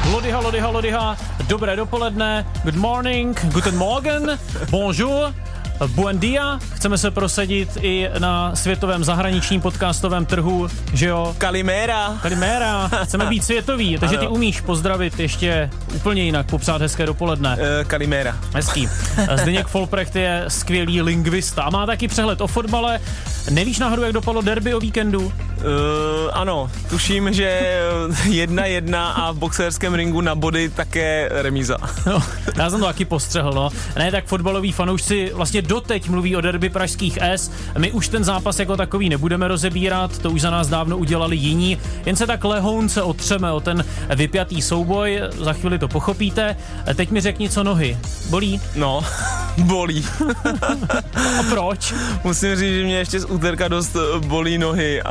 Lodyha, dobré dopoledne, good morning, guten Morgen, bonjour, buen dia. Chceme se prosadit i na světovém zahraničním podcastovém trhu, že jo? Kalimera. Chceme být světový, takže ty umíš pozdravit ještě úplně jinak, popřát hezké dopoledne. Kalimera. Hezký. Zdeněk Folprecht je skvělý lingvista a má taky přehled o fotbale. Nevíš náhodou, jak dopadlo derby o víkendu? Ano, tuším, že 1-1 a v boxerském ringu na body také remíza. No, já jsem to taky postřehl, no. Ne, tak fotbaloví fanoušci vlastně doteď mluví o derby pražských S. My už ten zápas jako takový nebudeme rozebírat, to už za nás dávno udělali jiní. Jen se tak lehounce otřeme o ten vypjatý souboj, za chvíli to pochopíte. Teď mi řekni, co nohy. Bolí? No, bolí. A proč? Musím říct, že mě ještě z úterka dost bolí nohy,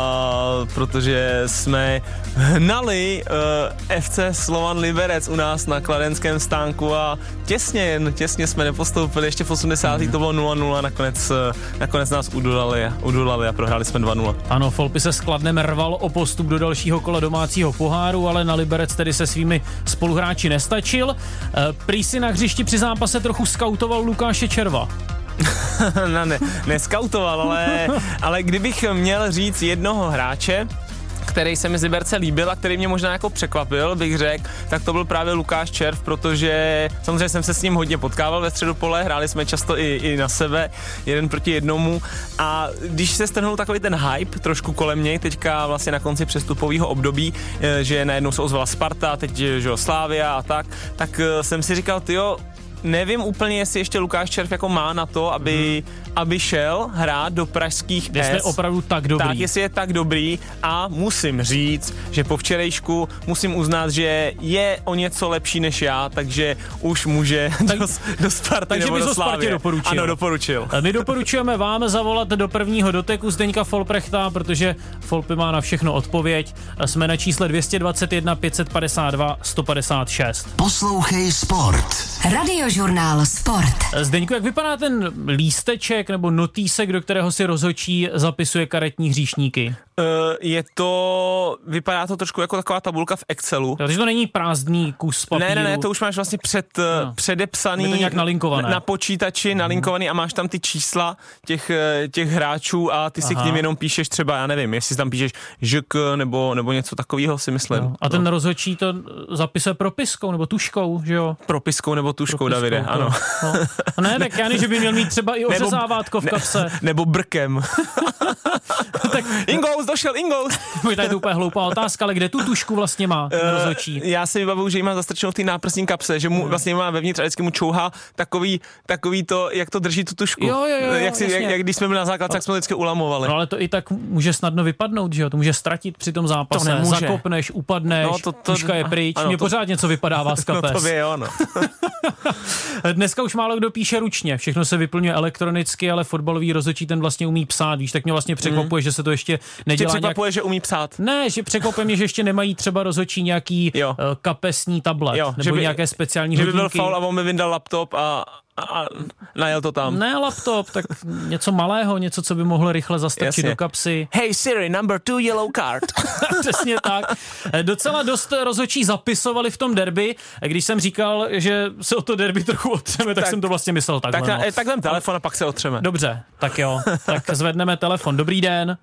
protože jsme hnali FC Slovan Liberec u nás na kladenském stánku a těsně jsme nepostoupili, ještě v 80. to bylo 0-0, nakonec nás udolali a prohráli jsme 2-0. Ano, Folpy se s Kladnem rval o postup do dalšího kola domácího poháru, ale na Liberec tedy se svými spoluhráči nestačil. Prý si na hřišti při zápase trochu skautoval Lukáše Červa. Neskautoval, ale kdybych měl říct jednoho hráče, který se mi z Liberce líbil a který mě možná jako překvapil, bych řekl, tak to byl právě Lukáš Červ, protože samozřejmě jsem se s ním hodně potkával ve středopole, hráli jsme často i na sebe, 1-1 a když se strhnul takový ten hype trošku kolem něj, teďka vlastně na konci přestupového období, že najednou se ozvala Sparta, teď že Slavia a tak jsem si říkal, tyjo, nevím úplně, jestli ještě Lukáš Červ jako má na to, aby šel hrát do pražských S. Jestli je opravdu tak dobrý. Tak, jestli je tak dobrý a musím říct, že po včerejšku musím uznat, že je o něco lepší než já, takže už může do Sparty takže nebo do Slávy. Doporučil. Ano, doporučil. My doporučujeme vám zavolat do prvního doteku Zdeňka Folprechta, protože Folpy má na všechno odpověď. Jsme na čísle 221 552 156. Poslouchej Sport. Radiožurnál Sport. Zdeňku, jak vypadá ten lísteček nebo notýsek, do kterého si rozhodčí zapisuje karetní hříšníky? Vypadá to trošku jako taková tabulka v Excelu. Takže to není prázdný kus papíru. Ne, to už máš vlastně předepsaný. Je to nějak nalinkované. Na počítači nalinkovaný a máš tam ty čísla těch hráčů a ty si k nim jenom píšeš třeba, já nevím, jestli tam píšeš ŽK nebo něco takového, si myslím. No. A ten rozhodčí to zapisuje propiskou nebo tuškou, že jo? Propiskou nebo tuškou, Davide, ano. No. Ne, tak já ne, že by měl mít třeba i ořezávátko v kapse. Nebo brkem. Tak Ingous, došel Ingous. Možná je to úplně hloupá otázka, ale kde tu tušku vlastně má ten rozhodčí? Já si vybavuju, že jí má zastrčenou v té náprsní kapse, že mu vlastně má vevnitř a vždycky mu čouhá takový to, jak to drží tu tušku. Jo, jak když jsme byli na základce, tak jsme to vždycky ulamovali. No ale to i tak může snadno vypadnout, že jo? To může ztratit při tom zápase. To nemůže. Zakopneš, upadneš, tuška je pryč, mě pořád něco vypadává z kapes. No to je ono. Dneska už málo kdo píše ručně, všechno se vyplňuje elektronicky, ale fotbalový rozhodčí ten vlastně umí psát, víš, tak mě vlastně překvapuje, že se to ještě nedělá. Tě překvapuje, že umí psát? Ne, že překvapuje mě, že ještě nemají třeba rozhodčí nějaký kapesní tablet, nebo nějaké speciální hodinky. Že by byl faul a on by vyndal laptop a najel to tam. Ne laptop, tak něco malého, něco, co by mohlo rychle zastrčit do kapsy. Hey Siri, number 2 yellow card. Přesně tak. Docela dost rozhodčí zapisovali v tom derby. Když jsem říkal, že se o to derby trochu otřeme, tak jsem to vlastně myslel takhle. Tak vem telefon a pak se otřeme. Dobře, tak jo. Tak zvedneme telefon. Dobrý den.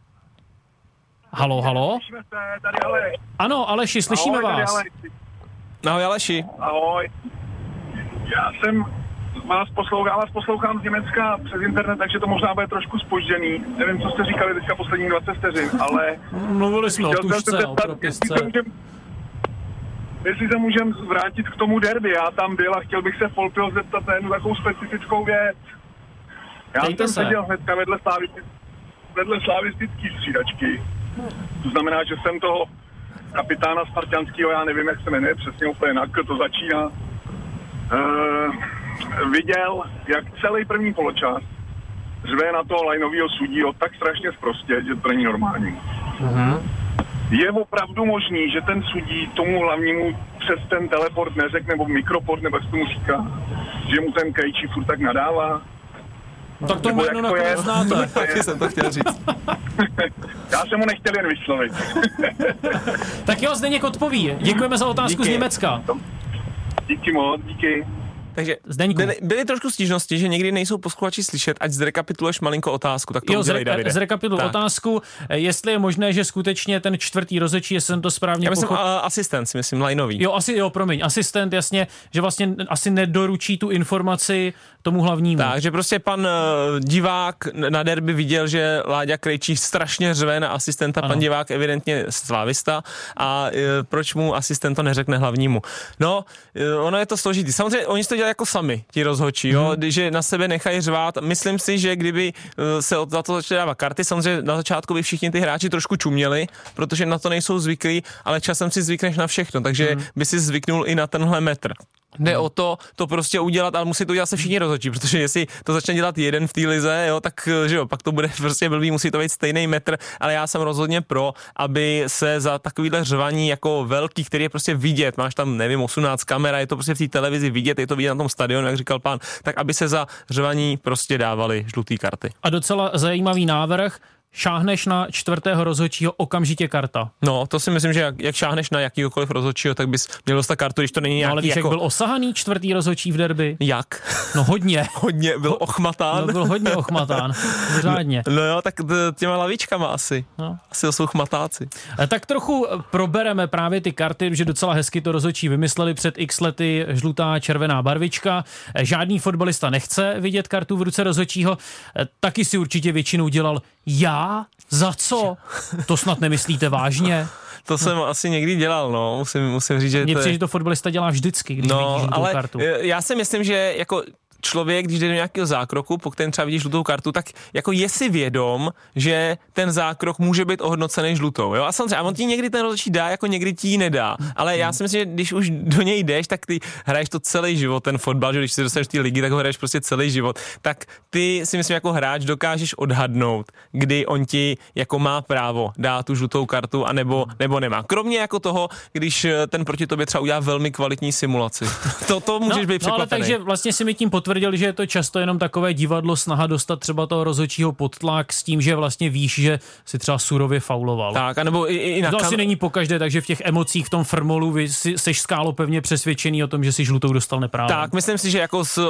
Halo? Slyšíme se, tady Aleš. Ano, Aleši, slyšíme vás. Ahoj Aleši. Ahoj. Já vás poslouchám z Německa přes internet, takže to možná bude trošku zpožděný. Nevím, co jste říkali teďka posledních 20 vteřin, ale... Mluvili jsme o tušce, o propisce. Jestli se můžem vrátit k tomu derby, já tam byl a chtěl bych se Folpyho zeptat na jednu takovou specifickou věc. Já jsem seděl hnedka vedle slavistický střídačky. To znamená, že jsem toho kapitána spartanského, já nevím, jak se jmenuje, přesně úplně to začíná, viděl, jak celý první poločas řve na toho lineovýho sudího tak strašně sprostě, že to není normální. Je opravdu možný, že ten sudí tomu hlavnímu přes ten teleport neřekne, nebo mikroport, nebo jak se tomu říká, že mu ten Krejčí furt tak nadává? Tak tomu jedno nakonec znáte. Taky jsem to chtěl říct. Já jsem mu nechtěl jen vyslovit. Tak jo, Zdeněk odpoví. Děkujeme za otázku z Německa. Díky moc, díky. Takže byly trošku stížnosti, že někdy nejsou posluchači slyšet, ať zrekapituluješ malinko otázku, tak to udělej, Davide. Zrekapituluji otázku, jestli je možné, že skutečně ten čtvrtý rozhodčí, jestli jsem to správně pochopil. Asistent, si myslím, lineový. Promiň, asistent, jasně, že vlastně asi nedoručí tu informaci tomu hlavnímu. Tak, že prostě pan divák na derby viděl, že Láďa Krejčí strašně řve na asistenta, pan divák evidentně slávista a proč mu asistent to neřekne hlavnímu. No, ono je to složitý. Samozřejmě oni to dělají jako sami, ti rozhodčí, jo, že na sebe nechají řvát. Myslím si, že kdyby se za to začaly dávat karty, samozřejmě na začátku by všichni ty hráči trošku čuměli, protože na to nejsou zvyklí, ale časem si zvykneš na všechno, takže by si zvyknul i na tenhle metr. Jde o to prostě udělat, ale musí to udělat se všichni rozhodčí, protože jestli to začne dělat jeden v té lize, jo, tak že jo, pak to bude prostě blbý, musí to být stejný metr, ale já jsem rozhodně pro, aby se za takovýhle řvaní jako velký, který je prostě vidět, máš tam, nevím, 18 kamera, je to prostě v té televizi vidět, je to vidět na tom stadionu, jak říkal pán, tak aby se za řvaní prostě dávaly žluté karty. A docela zajímavý návrh. Šáhneš na čtvrtého rozhodčího, okamžitě karta. No, to si myslím, že jak šáhneš na jakýkoliv rozhodčího, tak bys měl dostat kartu, když to není nějaký. No, ale víš, jak byl osahaný čtvrtý rozhodčí v derby? Jak? No hodně. Hodně, byl ochmatán. No, byl hodně ochmatán, řádně. No jo, tak těma lavičkama asi. No. Asi to jsou chmatáci. Tak trochu probereme právě ty karty, že docela hezky to rozhodčí vymysleli před x lety, žlutá, červená barvička. Žádný fotbalista nechce vidět kartu v ruce rozhodčího. Taky si určitě většinou dělal já? Za co? To snad nemyslíte vážně? To jsem asi někdy dělal, no, musím říct, že mně přijde, že to fotbalista dělá vždycky, když vidí žlutou kartu. Já si myslím, že jako člověk, když jde do nějakého zákroku, po kterém třeba vidí žlutou kartu, tak jako je si vědom, že ten zákrok může být ohodnocený žlutou, jo? A samozřejmě, a on ti někdy ten rozhodčí dá, jako někdy ti ji nedá, ale já si myslím, že když už do něj jdeš, tak ty hraješ to celý život, ten fotbal, že když si dostaneš ty ligy, tak ho hraješ prostě celý život, tak ty si myslím, jako hráč dokážeš odhadnout, kdy on ti jako má právo dát tu žlutou kartu, anebo nemá. Kromě jako toho, když ten proti tobě třeba udělá velmi kvalitní simulaci. To můžeš být překvapený. No, ale takže vlastně si mi tím potvrdil, že je to často jenom takové divadlo, snaha dostat třeba toho rozhodčího pod tlak s tím, že vlastně víš, že si třeba surově fauloval. Tak, anebo i na to asi není pokaždé, takže v těch emocích, v tom frmolu seš skálopevně přesvědčený o tom, že si žlutou dostal neprávem. Tak, myslím si, že jako z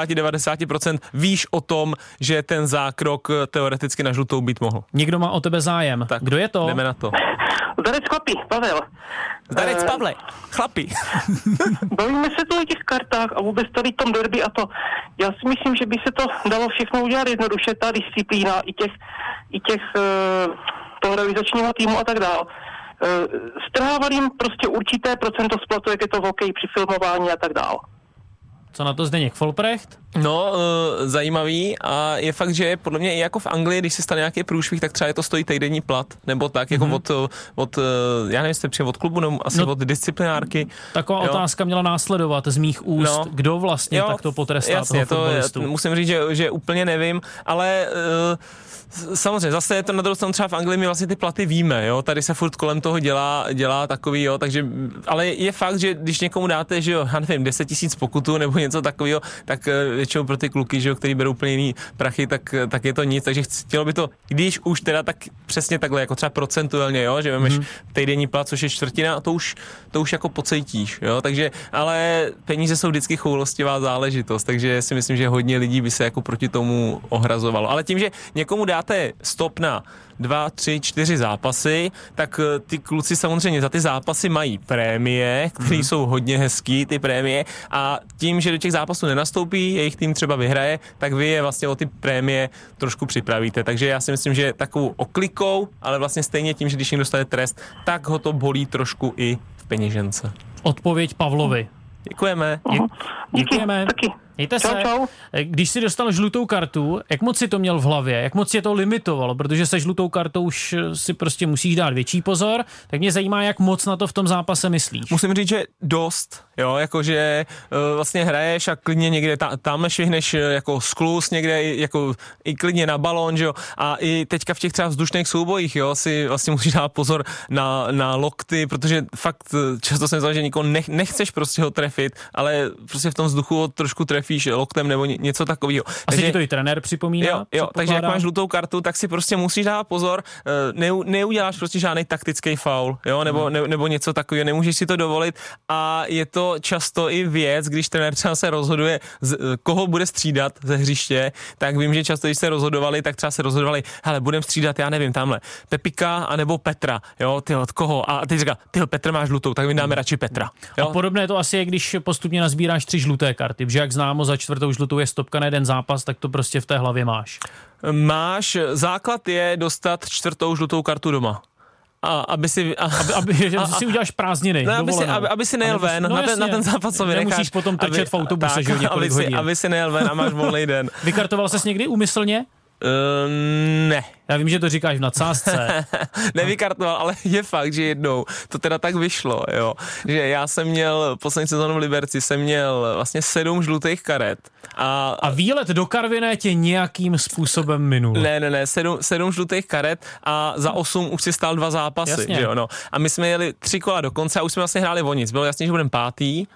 80-90% víš o tom, že ten zákrok teoreticky na žlutou být mohl. Někdo má o tebe zájem. Tak, kdo je to? Jdeme na to. Zdarec chlapi, Pavel. Zdarec Pavle, chlapi. Bavíme se tu o těch kartách a vůbec tady tom derby a to. Já si myslím, že by se to dalo všechno udělat jednoduše, ta disciplína i těch toho realizačního týmu a tak dále. Strhávat jim prostě určité procento splatu, jak je to v hokeji při filmování a tak dále. Co na to Zdeněk Folprecht? No, zajímavý a je fakt, že podle mě i jako v Anglii, když se stane nějaký průšvih, tak třeba je to stojí týdenní plat, nebo tak, jako od já nevím, jestli od klubu, nebo asi od disciplinárky. Taková otázka měla následovat z mých úst, kdo vlastně takto potrestá jasně, toho fotbalistu. Musím říct, že úplně nevím, ale samozřejmě, zase je to na druhou stranu třeba v Anglii, my vlastně ty platy víme, jo, tady se furt kolem toho dělá takový, jo, takže, ale je fakt, že když někomu dáte, že jo, já nevím, 10 000 pokutu nebo něco takového, tak většinou pro ty kluky, že jo, který berou úplně jiný prachy, tak je to nic, takže chtělo by to, když už teda tak přesně takhle, jako třeba procentuálně, jo, že vemeš týdenní plat, což je čtvrtina, to už jako pocítíš, jo, takže, ale peníze jsou vždycky choulostivá záležitost, takže si myslím, že hodně lidí by se jako proti tomu ohrazovalo, ale tím, že někomu dáte stop na 2, 3, 4 zápasy, tak ty kluci samozřejmě za ty zápasy mají prémie, které jsou hodně hezký, ty prémie, a tím, že do těch zápasů nenastoupí, jejich tým třeba vyhraje, tak vy je vlastně o ty prémie trošku připravíte. Takže já si myslím, že takovou oklikou, ale vlastně stejně tím, že když někdo dostane trest, tak ho to bolí trošku i v peněžence. Odpověď Pavlovi. Děkujeme. Děkujeme. Taky. Mějte se. Čau. Když si dostal žlutou kartu, jak moc si to měl v hlavě? Jak moc je to limitovalo? Protože se žlutou kartou už si prostě musíš dát větší pozor, tak mě zajímá, jak moc na to v tom zápase myslíš. Musím říct, že dost, jo, jakože vlastně hraješ a klidně někde tam švihneš jako skluz někde, jako i klidně na balón, že jo, a i teďka v těch třeba vzdušných soubojích, jo, si vlastně musíš dát pozor na lokty, protože fakt často jsem znal, že nikoho nechceš prostě ho trefit, ale prostě v tom vzduchu ho trošku trefí trefíš loktem nebo něco takového. Asi ti to i trenér připomíná. Jo, takže jak máš žlutou kartu, tak si prostě musíš dávat pozor, neuděláš prostě žádný taktický faul, jo, nebo něco takového, nemůžeš si to dovolit a je to často i věc, když trenér třeba se rozhoduje, koho bude střídat ze hřiště, tak vím, že často, když se rozhodovali, tak třeba se rozhodovali, hele, budeme střídat, já nevím, tamhle, Pepika anebo Petra, jo, ty od koho? A ty říká, ty Petr má žlutou, tak my dáme radši Petra. Jo? A podobné to asi je, když postupně nazbíráš 3 žluté karty, protože jak známo, za 4. žlutou je stopka na jeden zápas, tak to prostě v té hlavě máš. Základ je dostat 4. žlutou kartu doma. Aby si uděláš prázdniny, aby si nejel ven na ten zápas, co vynecháš. Nemusíš potom trčet v autobuse, že jo, několik hodin. Aby si nejel ven a máš volný den. Vykartoval ses někdy úmyslně? Ne. Já vím, že to říkáš v nadsázce. Nevykartoval, ale je fakt, že jednou to teda tak vyšlo, jo. Že já jsem měl, poslední sezónu v Liberci, jsem měl vlastně 7 žlutých karet. A výlet do Karviné tě nějakým způsobem minul. Ne, 7 žlutých karet a za 8 už si stál 2 zápasy, že jo, no. A my jsme jeli 3 kola do konce a už jsme vlastně hráli o nic. Bylo jasně, že budeme 5.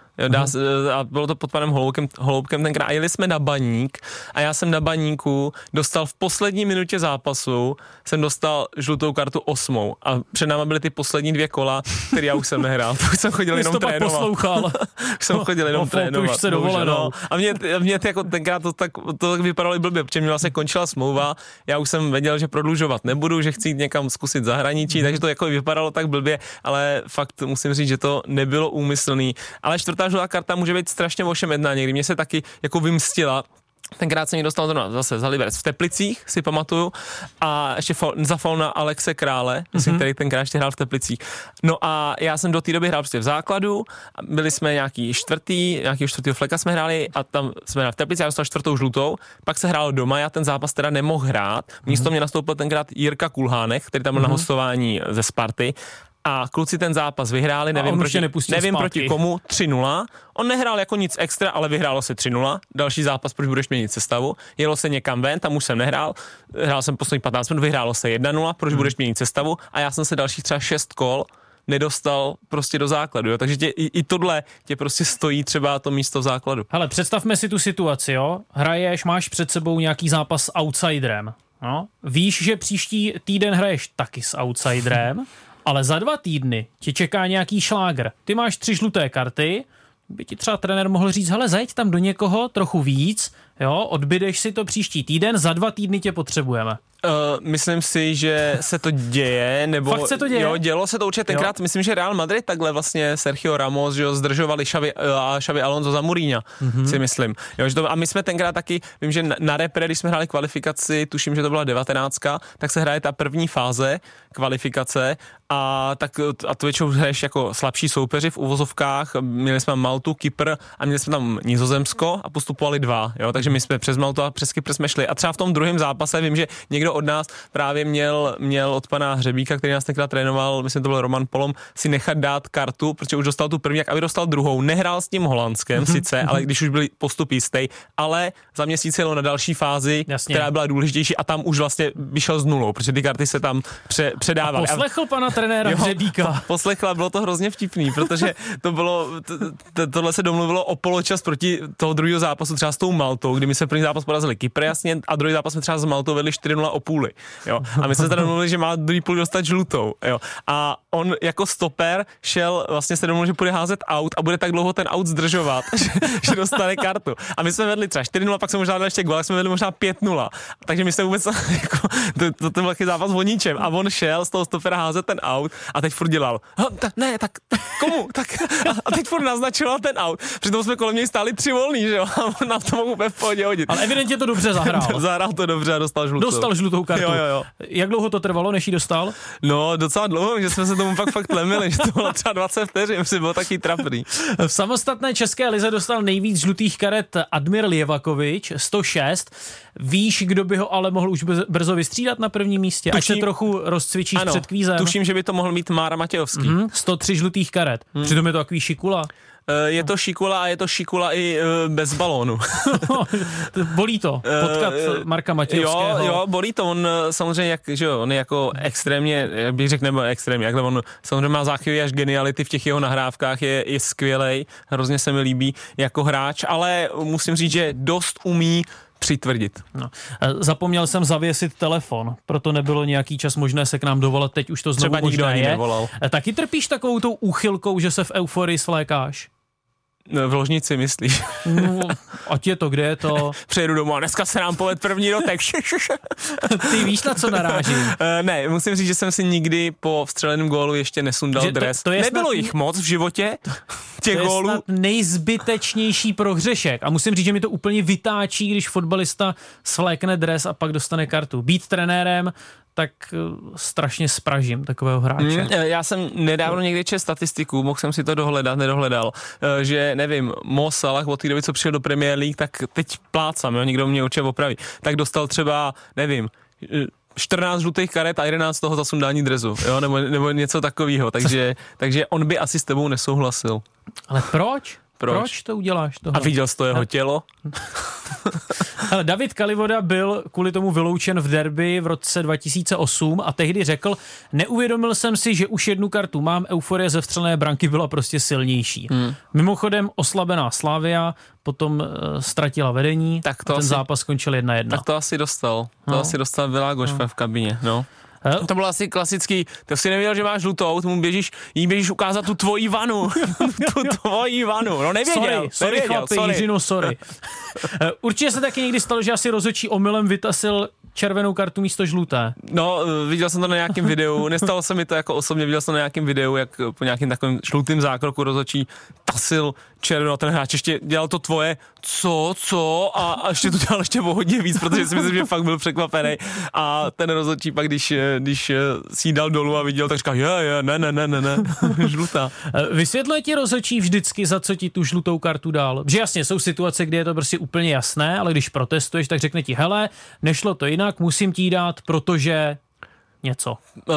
A bylo to pod panem Holoubkem tenkrát a jeli jsme na Baník a já jsem na Baníku dostal v poslední minutě zápasu, jsem dostal žlutou kartu 8. a před náma byly ty poslední 2 kola, které já už jsem nehrál, už jsem chodil jenom trénovat. Poslouchal. Už jsem chodil jenom trénovat. Se dovolenou. A mě jako tenkrát to tak vypadalo i blbě, protože mě vlastně končila smlouva, já už jsem věděl, že prodlužovat nebudu, že chci jít někam zkusit zahraničí, takže to jako vypadalo tak blbě, ale fakt musím říct, že to nebylo úmyslný. Ale 4. žlutá karta může být strašně ošemetná někdy. Mně se taky jako vymstila. Tenkrát jsem ji dostal zase za Liberec v Teplicích, si pamatuju, a ještě za faul na Alexe Krále, který tenkrát ještě hrál v Teplicích. No a já jsem do té doby hrál prostě v základu, byli jsme nějaký 4. fleka jsme hráli a tam jsme hráli v Teplicích, já dostal 4. žlutou, pak se hrálo doma, já ten zápas teda nemohl hrát, místo mě nastoupil tenkrát Jirka Kulhánek, který tam byl na hostování ze Sparty. A kluci ten zápas vyhráli, nevím proti komu, 3-0. On nehrál jako nic extra, ale vyhrálo se 3-0. Další zápas, proč budeš měnit sestavu? Jelo se někam ven, tam už jsem nehrál. Hrál jsem poslední 15 minut, vyhrálo se 1-0, proč budeš měnit sestavu? A já jsem se dalších třeba 6 kol nedostal prostě do základu, jo? Takže i tohle tě prostě stojí třeba to místo v základu. Hele, představme si tu situaci, jo? Hraješ, máš před sebou nějaký zápas s outsiderem, no? Víš, že příští týden hraješ taky s outsiderem, ale za 2 týdny tě čeká nějaký šlágr. Ty máš 3 žluté karty, by ti třeba trenér mohl říct, hele, zajď tam do někoho trochu víc, jo, odbydeš si to příští týden, za 2 týdny tě potřebujeme. Myslím si, že se to děje, nebo fakt se to děje? Jo, dělo se to určitě tenkrát, myslím, že Real Madrid takhle vlastně Sergio Ramos, že jo, zdržovali Xavi Alonso za Mourinha, si myslím. Jo, že to, a my jsme tenkrát taky, vím, že na repre, když jsme hráli kvalifikaci, tuším, že to byla 19, tak se hraje ta první fáze kvalifikace a to většinou hraješ jako slabší soupeři v uvozovkách, měli jsme Maltu, Kypr a měli jsme tam Nizozemsko a postupovali 2, jo, takže my jsme přes Maltu a přes Kypr jsme šli a třeba v tom druhém zápase vím, že někdo od nás právě měl od pana Hřebíka, který nás tenkrát trénoval, myslím, to byl Roman Polom, si nechat dát kartu, protože už dostal tu první, jak aby dostal druhou. Nehrál s tím Holandskem sice, ale když už byli postup jistý, ale za měsíc jelo na další fázi, která byla důležitější a tam už vlastně vyšel s 0, protože ty karty se tam předávaly. A poslechl pana trenéra Hřebíka. Poslechla, bylo to hrozně vtipný, protože to bylo, tohle se domluvilo o poločas proti toho druhého zápasu třeba s tou Maltou, kdy my jsme první zápas porazili Kypr, jasně, a druhý zápas jsme třeba s Maltou vedli 4-0 o půli, jo. A my jsme se domluvili, že má druhý půl dostat žlutou, jo. A on jako stoper šel, vlastně se domluvil, že půjde házet out a bude tak dlouho ten out zdržovat, že dostane kartu. A my jsme vedli třeba 4-0, pak jsme možná dali ještě gól, tak jsme vedli možná 5-0. Takže my jsme vůbec jako, to byl zápas o ničem. A on šel z toho stopera házet ten out a teď furt dělal, tak komu? A teď furt naznačoval ten out. Přitom jsme kolem něj stáli 3 volný, že jo? A on nám to mohl úplně v pohodě hodit. Ale evidentně to dobře zahrál. Zahrál to dobře a dostal žlutou. Dostal žlutou kartu. Jo. Jak dlouho to trvalo, než ji dostal? No, docela dlouho, že jsme se tomu fakt tlemili, že to bylo třeba 20 vteřin, si bylo taky trapný. V samostatné české lize dostal nejvíc žlutých karet Admir Lievakovič, 106. Víš, kdo by ho ale mohl už brzo vystřídat na prvním místě? Ať se trochu rozcvičíš před kvízem. Tuším, že by to mohl mít Mára Matějovský. 103 žlutých karet. Přitom je to takový šikula. Je to šikula a je to šikula i bez balónu. Bolí to, potkat Marka Matějovského. Jo, bolí to, on samozřejmě, on je jako extrémně, jak bych řekl, nebo extrémně, jakhle on samozřejmě má záchvěvy až geniality v těch jeho nahrávkách, je skvělej, hrozně se mi líbí jako hráč, ale musím říct, že dost umí přitvrdit. No. Zapomněl jsem zavěsit telefon, proto nebylo nějaký čas možné se k nám dovolat, teď už to znovu třeba nikdo ani nevolal. Taky trpíš takovou tou úchylkou, že se v euforii svlékáš? V ložnici, myslíš? No, ať je to, kde je to? Přejdu domů a dneska se nám poved první dotek. Ty víš, na co narážím? Ne, musím říct, že jsem si nikdy po vstřeleném gólu ještě nesundal dres. Nebylo jich moc v životě, těch gólů. To je snad nejzbytečnější prohřešek. A musím říct, že mi to úplně vytáčí, když fotbalista svlékne dres a pak dostane kartu. Být trenérem, tak strašně spražím takového hráče. Já jsem nedávno někdy četl statistiku, mohl jsem si to nedohledal, že nevím, Mo Salah od té doby, co přišel do Premier League, tak teď plácám, jo, někdo mě určitě opraví, tak dostal třeba, nevím, 14 žlutých karet a 11 toho za sundání dresu, jo, nebo něco takového, takže on by asi s tebou nesouhlasil. Ale proč? Proč to uděláš? Toho? A viděl jsi to jeho tělo? Ale David Kalivoda byl kvůli tomu vyloučen v derby v roce 2008 a tehdy řekl, neuvědomil jsem si, že už jednu kartu mám, euforie ze vstřelené branky byla prostě silnější. Mimochodem oslabená Slavia potom ztratila vedení, tak ten zápas skončil 1-1. Tak to asi dostal. Asi dostal Világoš v kabině, no. To bylo asi klasický, ty jsi nevěděl, že máš žlutou, tomu běžíš ukázat tu tvoji vanu. Tu tvoji vanu, no nevěděl. Sorry chlapi, Jiřino, sorry. Určitě se taky někdy stalo, že asi rozhodčí omylem vytasil červenou kartu místo žluté. No, viděl jsem to na nějakém videu, nestalo se mi to jako osobně, viděl jsem to na nějakém videu, jak po nějakým takovým žlutým zákroku rozhodčí tasil červenou a ten hráč ještě dělal to tvoje, co a ještě to dělal ještě o hodně víc, protože si myslím, že fakt byl překvapený a ten rozhodčí pak, když si jí dal dolů a viděl, tak říkal, ne, žlutá. Vysvětluje ti rozhodčí vždycky, za co ti tu žlutou kartu dal? Že jasně, jsou situace, kdy je to prostě úplně jasné, ale když protestuješ, tak řekne ti, hele, nešlo to jinak, musím ti dát, protože něco.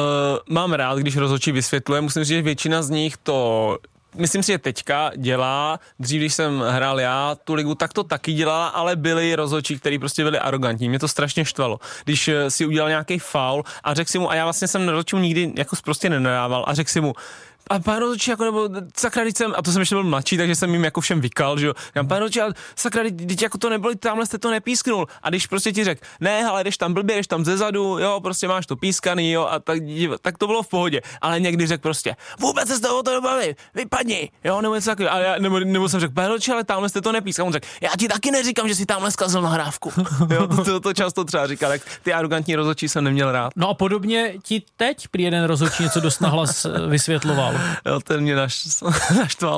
Mám rád, když rozhodčí vysvětluje, musím říct, že většina z nich to... Myslím si, že teďka dělá, dřív, když jsem hrál já tu ligu, tak to taky dělala, ale byli rozhodčí, kteří prostě byli arrogantní. Mě to strašně štvalo. Když si udělal nějaký faul a řekl si mu, a já vlastně jsem rozhodčímu nikdy jako prostě nenadával a řekl si mu, a pán rozhodčí, jako nebo sakra, a to jsem ještě byl mladší, takže jsem jim jako všem vykal, že jo. Pán rozhodčí, sakra, teď jako to nebylo, tamhle jste to nepísknul. A když prostě ti řekl, ne, ale jdeš tam blbě, jdeš tam zezadu, jo, prostě máš to pískaný, jo, a tak to bylo v pohodě. Ale někdy řekl prostě, vůbec se z toho to nebaví, vypadni, jo, nebo něco takového. A já, nebo jsem řekl, pán rozhodčí, ale tamhle jste to nepískal. On řekl, já ti taky neříkám, že si tamhle zkazil nahrávku. Jo, to často třeba říkal, tak ty arrogantní rozhodčí jsem neměl rád. No a podobně ti teď prý jeden rozhodčí něco dost nahlas vysvětloval. Jo, ten mě naštval.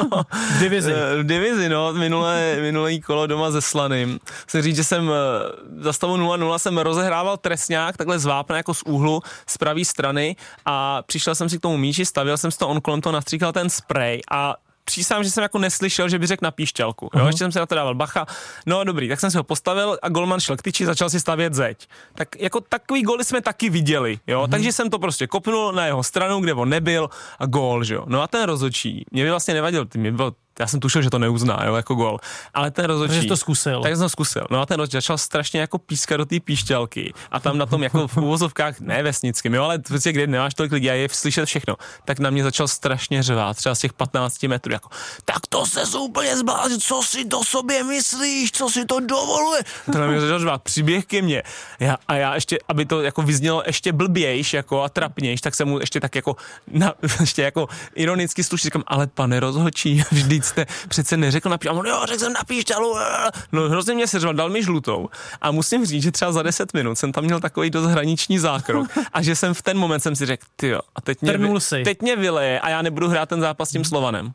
V divizi, no, minulý kolo doma se Slaným. Chci říct, že jsem za stavu 0-0 jsem rozehrával trestňák, takhle z vápna jako z úhlu, z pravé strany a přišel jsem si k tomu míči, stavil jsem si to, on kolem toho nastříkal ten sprej a přísám, že jsem jako neslyšel, že by řekl na píšťalku. Jo, ještě jsem si na to dával bacha. No dobrý, tak jsem si ho postavil a golman šel k tyči, začal si stavět zeď. Tak jako takový góly jsme taky viděli, jo. Takže jsem to prostě kopnul na jeho stranu, kde on nebyl a gól, že jo. No a ten rozhodčí, mě by vlastně nevadil, já jsem tušil, že to neuzná, jo, jako gól. Ale ten rozhodčí... Takže to zkusil. Tak jsem to zkusil. No a ten rozhodčí začal strašně jako pískat do té píšťalky. A tam na tom jako v úvozovkách, ne vesnickým, jo, ale prostě kde nemáš tolik lidí a je slyšet všechno. Tak na mě začal strašně řvát, třeba z těch 15 metrů, jako tak to se úplně zbláznil, co si do sobě myslíš, co si to dovoluje. To na mě začal řvát, přiběh ke mně. A já ještě, aby to jako vyznělo ještě blbějš, jako a trapnějš, tak jsem mu ještě tak jako, ještě jako ironicky slušně říkám, ale pane rozhodčí, vždyť jste přece neřekl na píšťalu, jo, řekl jsem na píšťalu, no hrozně mě seřval, dal mi žlutou a musím říct, že třeba za 10 minut jsem tam měl takový dost hraniční zákrok a že jsem v ten moment jsem si řekl, tyjo, a teď mě vyleje a já nebudu hrát ten zápas s tím Slovanem.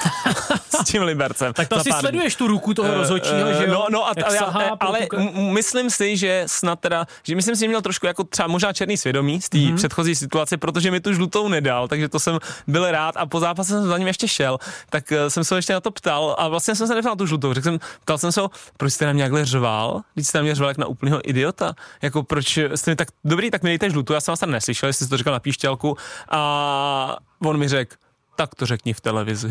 S tím Libercem. Tak to asi sleduješ tu ruku toho rozhodčího, že jo? No, ale myslím si, že snad teda, že myslím si, že měl trošku jako třeba možná černý svědomí z té předchozí situace, protože mi tu žlutou nedal, takže to jsem byl rád a po zápase jsem za ním ještě šel, tak jsem se ještě na to ptal a vlastně jsem se neptal tu žlutou. Ptal jsem se ho, proč jste na mě takhle řval? Když jste na mě řval jak na úplného idiota. Jako proč jste mi tak dobrý, tak mi dejte žlutou. Já jsem vás tam neslyšel, jestli jsi to říkal na píšťalku a on mi řekl, Tak to řekni v televizi.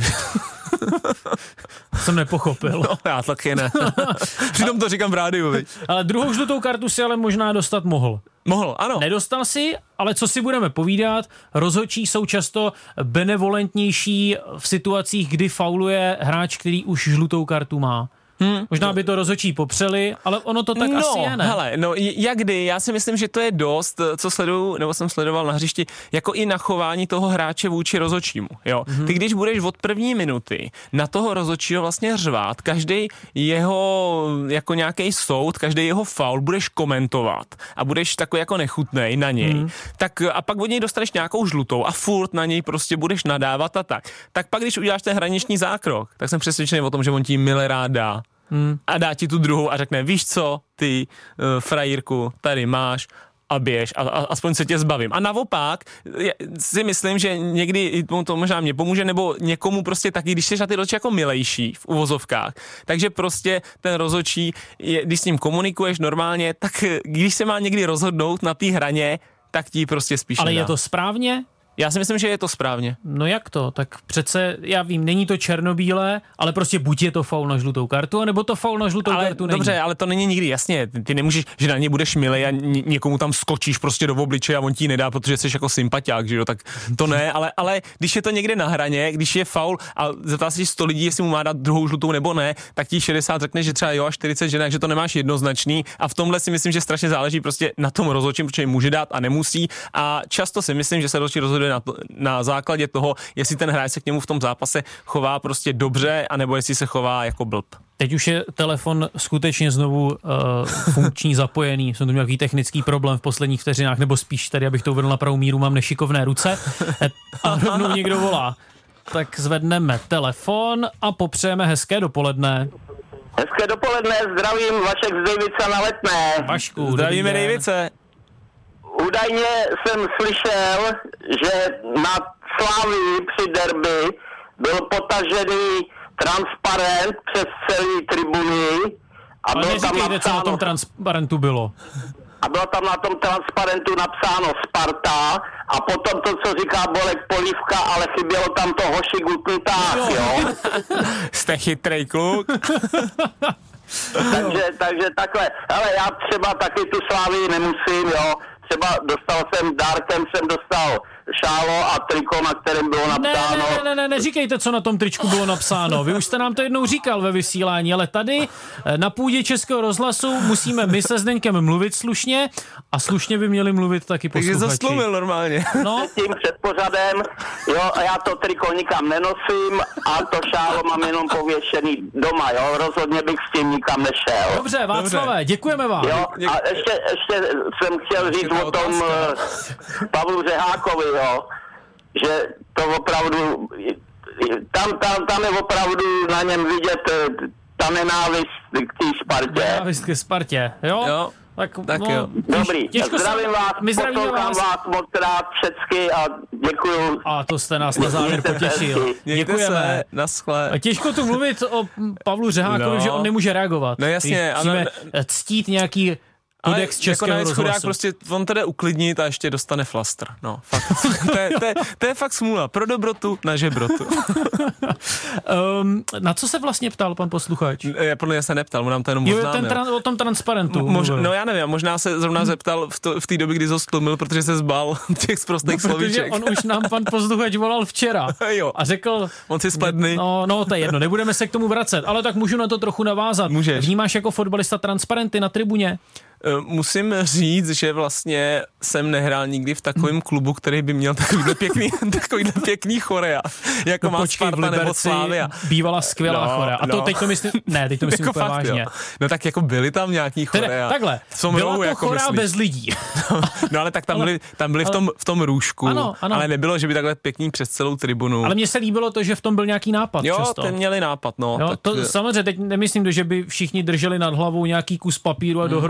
Jsem nepochopil. No, já taky ne. Přitom to říkám v rádiu, viď? Ale druhou žlutou kartu si ale možná dostat mohl. Mohl, ano. Nedostal si, ale co si budeme povídat, rozhodčí jsou často benevolentnější v situacích, kdy fauluje hráč, který už žlutou kartu má. Možná by to rozhodčí popřeli, ale ono to tak asi je, ne? Hele, jak kdy, já si myslím, že to je dost, co sleduju, nebo jsem sledoval na hřišti, jako i na chování toho hráče vůči rozhodčímu, jo. Ty když budeš od první minuty na toho rozhodčího vlastně řvát, každý jeho jako nějaký soud, každý jeho faul budeš komentovat a budeš takový jako nechutnej na něj, tak a pak od něj dostaneš nějakou žlutou a furt na něj prostě budeš nadávat a tak pak když uděláš ten hraniční zákrok, tak jsem přesvědčený o tom, že on ti milerád dá. A dá ti tu druhou a řekne, víš co, ty frajírku, tady máš a běž a aspoň se tě zbavím. A naopak si myslím, že někdy to možná mě pomůže, nebo někomu prostě taky, když jsi na ty rozhodčí jako milejší v uvozovkách, takže prostě ten rozhodčí, když s ním komunikuješ normálně, tak když se má někdy rozhodnout na té hraně, tak ti prostě spíš Ale nedá. je to správně? Já si myslím, že je to správně. No jak to? Tak přece, já vím, není to černobílé, ale prostě buď je to faul na žlutou kartu, anebo to faul na žlutou kartu není. Dobře, ale to není nikdy jasně. Ty nemůžeš, že na ně budeš milej a někomu tam skočíš prostě do obličeje a on ti nedá, protože jsi jako sympatiák, že jo, tak to ne, ale když je to někde na hraně, když je faul a zeptá se 100 lidí, jestli mu má dát druhou žlutou nebo ne, tak ti 60 řekne, že třeba jo a 40 že ne, že to nemáš jednoznačný a v tomhle si myslím, že strašně záleží prostě na tom rozhodčím, protože může dát a nemusí a často si myslím, že se rozhodčí rozhoduje na základě toho, jestli ten hráč se k němu v tom zápase chová prostě dobře, anebo jestli se chová jako blb. Teď už je telefon skutečně znovu funkční, zapojený. Jsem tu měl nějaký technický problém v posledních vteřinách, nebo spíš tady, abych to uvedl na pravou míru, mám nešikovné ruce. A rovnou někdo volá. Tak zvedneme telefon a popřejeme hezké dopoledne. Hezké dopoledne, zdravím, Vašek z Dejvice na Letné. Vašku, zdravíme Dejvice. Údajně jsem slyšel, že na Slavii při derby byl potažený transparent přes celý tribuny. A ale neříkejte, co na tom transparentu bylo. A bylo tam na tom transparentu napsáno Sparta a potom to, co říká Bolek Polívka, ale chybělo tam to hoši gutnutách, jo? Jste chytrej kluk. takže takhle. Ale já třeba taky tu Slávii nemusím, jo? Třeba dárkem jsem dostal šálo a triko, na kterém bylo napsáno. Ne, neříkejte, co na tom tričku bylo napsáno. Vy už jste nám to jednou říkal ve vysílání, ale tady na půdě Českého rozhlasu musíme my se Zdeňkem mluvit slušně a slušně by měli mluvit taky posluchači. Takže zaslumil normálně. No. Tím před pořadem, jo, a já to triko nikam nenosím a to šálo mám jenom pověšený doma, jo, rozhodně bych s tím nikam nešel. Dobře, Václave, děkujeme vám. Jo, a ještě jsem chtěl říct o tom Pavlu Řehákovi, jo, že to opravdu, tam je opravdu na něm vidět ta nenávist k té Spartě. Nenávist ke Spartě, jo? Tak no, jo. Dobrý, zdravím vás, poslouchám vás moc rád všecky a děkuju. A to jste nás na závěr potěšil. Děkujeme. Naschle. Těžko tu mluvit o Pavlu Řehákovi, že on nemůže reagovat. No jasně. Musíme ctít nějaký kodex Českého rozhlasu. Chudák prostě on to jde uklidnit a ještě dostane flastr. No, fakt. to je fakt smůla. Pro dobrotu na žebrotu. Na co se vlastně ptal pan posluchač? Podle mě se neptal, mu nám to jenom oznámil. O tom transparentu. No já nevím, možná se zrovna zeptal v té době, kdy ho stlumil, protože se zbal těch sprostých slovíček. On už nám pan posluchač volal včera a řekl... On si spletný. No, to je jedno, nebudeme se k tomu vracet, ale tak můžu na to trochu navázat. Můžeš. Vnímáš jako fotbalista transparenty na tribuně? Musím říct, že vlastně jsem nehrál nikdy v takovém klubu, který by měl takovýhle pěkný chorea, jako má Sparta nebo Slavia. Bývala skvělá chorea. A to teď to myslím, teď to myslím úplně vážně. Jo. No tak jako byly tam nějaký chorea. Takhle, byla to jako chorea bez lidí. No ale tak tam byli v tom růžku, ano. Ale nebylo, že by takhle pěkný přes celou tribunu. Ale mně se líbilo to, že v tom byl nějaký nápad. Jo, přesto. ten měli nápad, no. Jo, tak... To samozřejmě teď nemyslím, že by všichni drželi nad hlavou nějaký kus papíru a dohromady to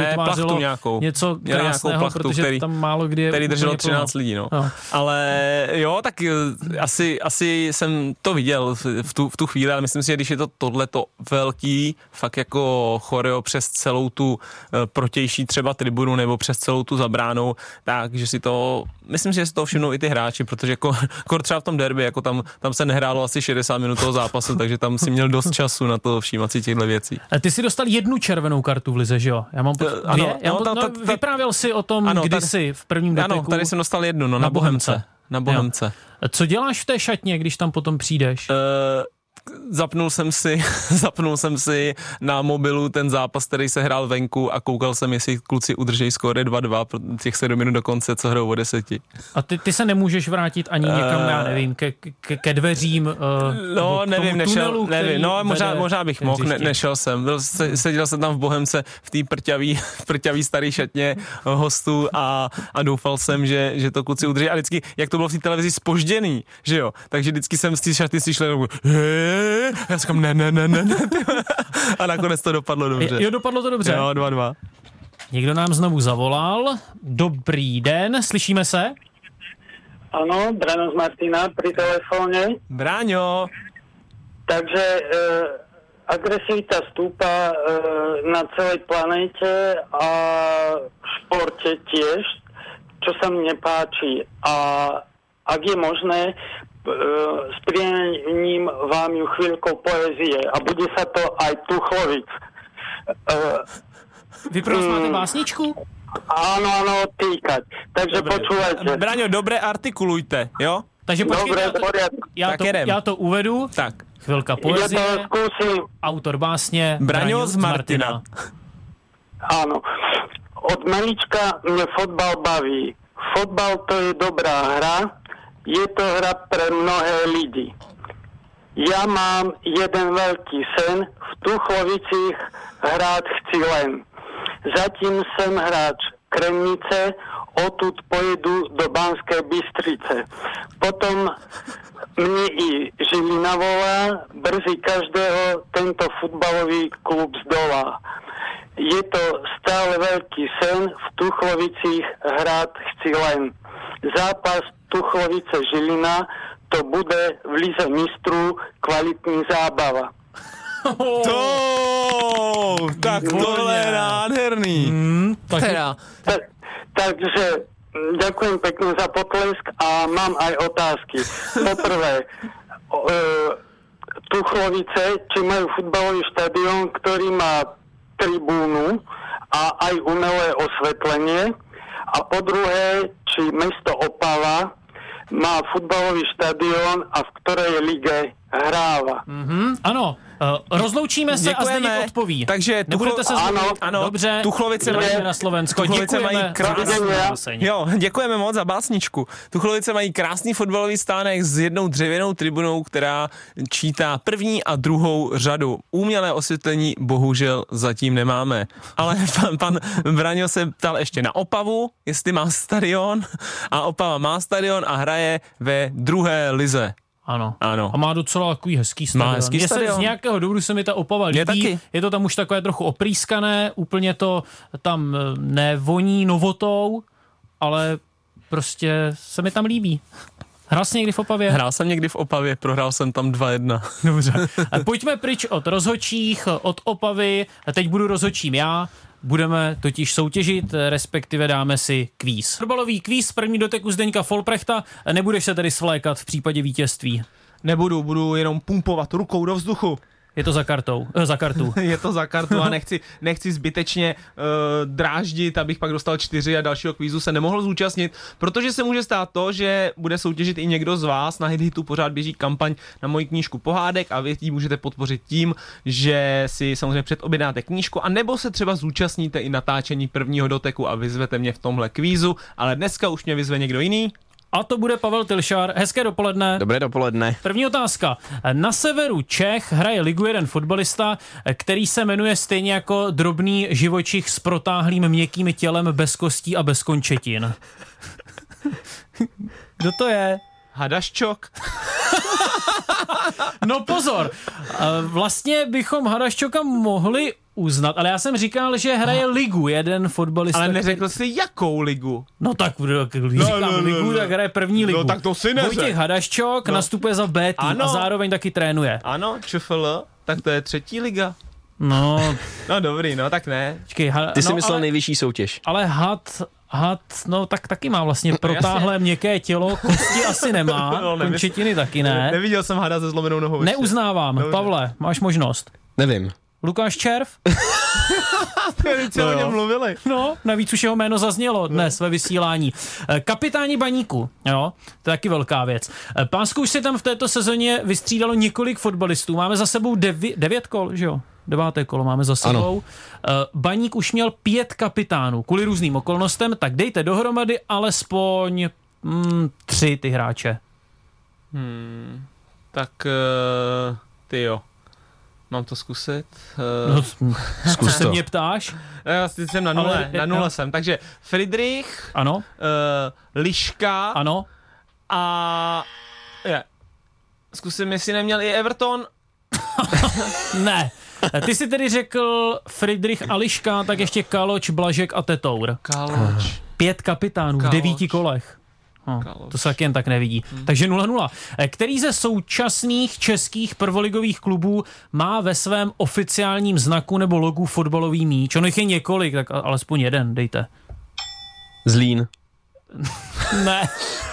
vytvářelo něco krásného, protože tam málo kdy který drželo 13 lidí, no. Ale jo, tak asi jsem to viděl v tu chvíli, ale myslím si, že když je to tohleto velký, fakt jako choreo přes celou tu protější třeba tribunu nebo přes celou tu zabránou, takže si to, myslím si, že si to všimnou i ty hráči, protože jako třeba v tom derby, jako tam se nehrálo asi 60 minut toho zápasu, takže tam si měl dost času na to všímat si těchto věcí. A ty jsi dostal 1 červenou kartu v lize, že jo? Já mám vyprávěl jsi o tom kdysi v prvním doteku. Ano, tady jsem dostal 1, na Bohemce. Na Bohemce. Co děláš v té šatně, když tam potom přijdeš? Zapnul jsem si na mobilu ten zápas, který se hrál venku a koukal jsem, jestli kluci udržejí skóre 2-2 pro těch 7 minut do konce, co hrajou o 10. A ty se nemůžeš vrátit ani někam, já nevím, ke dveřím, nevím, možná bych mohl, nešel jsem. Seděl jsem tam v Bohemce v té prťavý starý šatně hostů a doufal jsem, že to kluci udrží. A vždycky, jak to bylo v té televizi zpožděný, že jo, takže vždycky jsem z té šaty slyšel já říkám ne. A nakonec to dopadlo dobře. Jo, dopadlo to dobře. Jo, 2-2. Někdo nám znovu zavolal. Dobrý den, slyšíme se? Ano, Braňo z Martina pri telefóne. Braňo. Takže agresivita stúpa na celej planéte a v športe tiež, čo sa mi nepáči. A ak je možné, sprianím vám ju chvíľkou poezie a bude sa to aj Tuchlovic. Vy prosím máte básničku? Áno, týkať. Takže dobre. Počúvajte. Braňo, dobre artikulujte, jo? Takže počkej, já to uvedu. Tak. Chvilka poezie. Autor básně Braňo z Martina. Áno. Od malička mne fotbal baví. Fotbal to je dobrá hra. Je to hra pre mnohé lidi. Ja mám jeden veľký sen, v Tuchlovicích hrát chci len. Zatím jsem hráč Kremnice, odtud pojedu do Banskej Bystrice. Potom mne i Žilina volá, brzy každého tento futbalový klub zdolá. Je to stále veľký sen, v Tuchlovicích hrát chci len. Zápas Tuchlovice Žilina, to bude v lize mistrů kvalitní zábava. Tak tohle je nádherný. Takže ďakujem pekne za potlesk a mám aj otázky. Poprvé, Tuchlovice, či majú futbalový štadión, ktorý má tribúnu a aj umelé osvetlenie. A po druhé, či mesto Opava má futbalový štadión a v ktorej lige hráva. Ano, rozloučíme se. Děkujeme. A Zdeněk odpoví. Takže nebudete se zlobit? Ano, dobře. Tuchlovice mají na Slovensko. Děkujeme. Děkujeme moc za básničku. Tuchlovice mají krásný fotbalový stánek s jednou dřevěnou tribunou, která čítá první a druhou řadu. Umělé osvětlení bohužel zatím nemáme. Ale pan Braňo se ptal ještě na Opavu, jestli má stadion. A Opava má stadion a hraje ve druhé lize. Ano. A má docela takový hezký stadion. Z nějakého důvodu se mi ta Opava líbí. Je to tam už takové trochu oprýskané, úplně to tam nevoní novotou, ale prostě se mi tam líbí. Hrál jsi někdy v Opavě? Hrál jsem někdy v Opavě, prohrál jsem tam 2-1. Dobře. Pojďme pryč od rozhodčích, od Opavy. A teď budu rozhodčím já. Budeme totiž soutěžit, respektive dáme si kvíz. Fotbalový kvíz, první doteku Zdeňka Folprechta. Nebudeš se tedy svlékat v případě vítězství? Budu jenom pumpovat rukou do vzduchu. Je to za kartu. Je to za kartu a nechci zbytečně dráždit, abych pak dostal 4 a dalšího kvízu se nemohl zúčastnit, protože se může stát to, že bude soutěžit i někdo z vás. Na HitHitu pořád běží kampaň na moji knížku Pohádek a vy ji můžete podpořit tím, že si samozřejmě předobjednáte knížku a nebo se třeba zúčastníte i natáčení prvního doteku a vyzvete mě v tomhle kvízu, ale dneska už mě vyzve někdo jiný. A to bude Pavel Tilšar. Hezké dopoledne. Dobré dopoledne. První otázka. Na severu Čech hraje ligu jeden fotbalista, který se jmenuje stejně jako drobný živočich s protáhlým měkkým tělem bez kostí a bez končetin. Kdo to je? Hadaščok. No pozor, vlastně bychom Hadaščoka mohli uznat, ale já jsem říkal, že hraje ligu jeden fotbalista. Ale neřekl jsi jakou ligu? No tak, když říkám ligu, tak hraje první ligu. No tak to si neřek. Vojtěch Hadaščok nastupuje za B tým a zároveň taky trénuje. Ano, ČFL, tak to je 3. liga. No dobrý, no tak ne. Počkej, Ty jsi myslel nejvyšší soutěž. Ale had, no tak taky má vlastně protáhlé měkké tělo, kosti asi nemá, končetiny taky ne. Neviděl jsem hada se zlomenou nohou. Neuznávám. Dobře. Pavle, máš možnost. Nevím. Lukáš Červ? Co o něm mluvili. No, navíc už jeho jméno zaznělo dnes ve vysílání. Kapitáni Baníku, jo, to je taky velká věc. Pásku, už se tam v této sezóně vystřídalo několik fotbalistů. Máme za sebou 9 kol, že jo? 9. kolo máme za sebou. Baník už měl 5 kapitánů. Kvůli různým okolnostem, tak dejte dohromady alespoň 3 ty hráče. Tak ty jo. Mám to zkusit? Zkus to. Mě ptáš? Já jsem na nule, na nule jsem. Takže Friedrich, ano. Liška, ano. A zkusím, jestli neměl i Everton. Ne. Ty jsi tedy řekl Friedrich a Liška, tak ještě Kaloč, Blažek a Tetour. Kaloč. 5 kapitánů v 9 kolech. To se taky jen tak nevidí. Takže 0-0. Který ze současných českých prvoligových klubů má ve svém oficiálním znaku nebo logu fotbalový míč? Ono jich je několik, tak alespoň jeden, dejte. Zlín. Ne.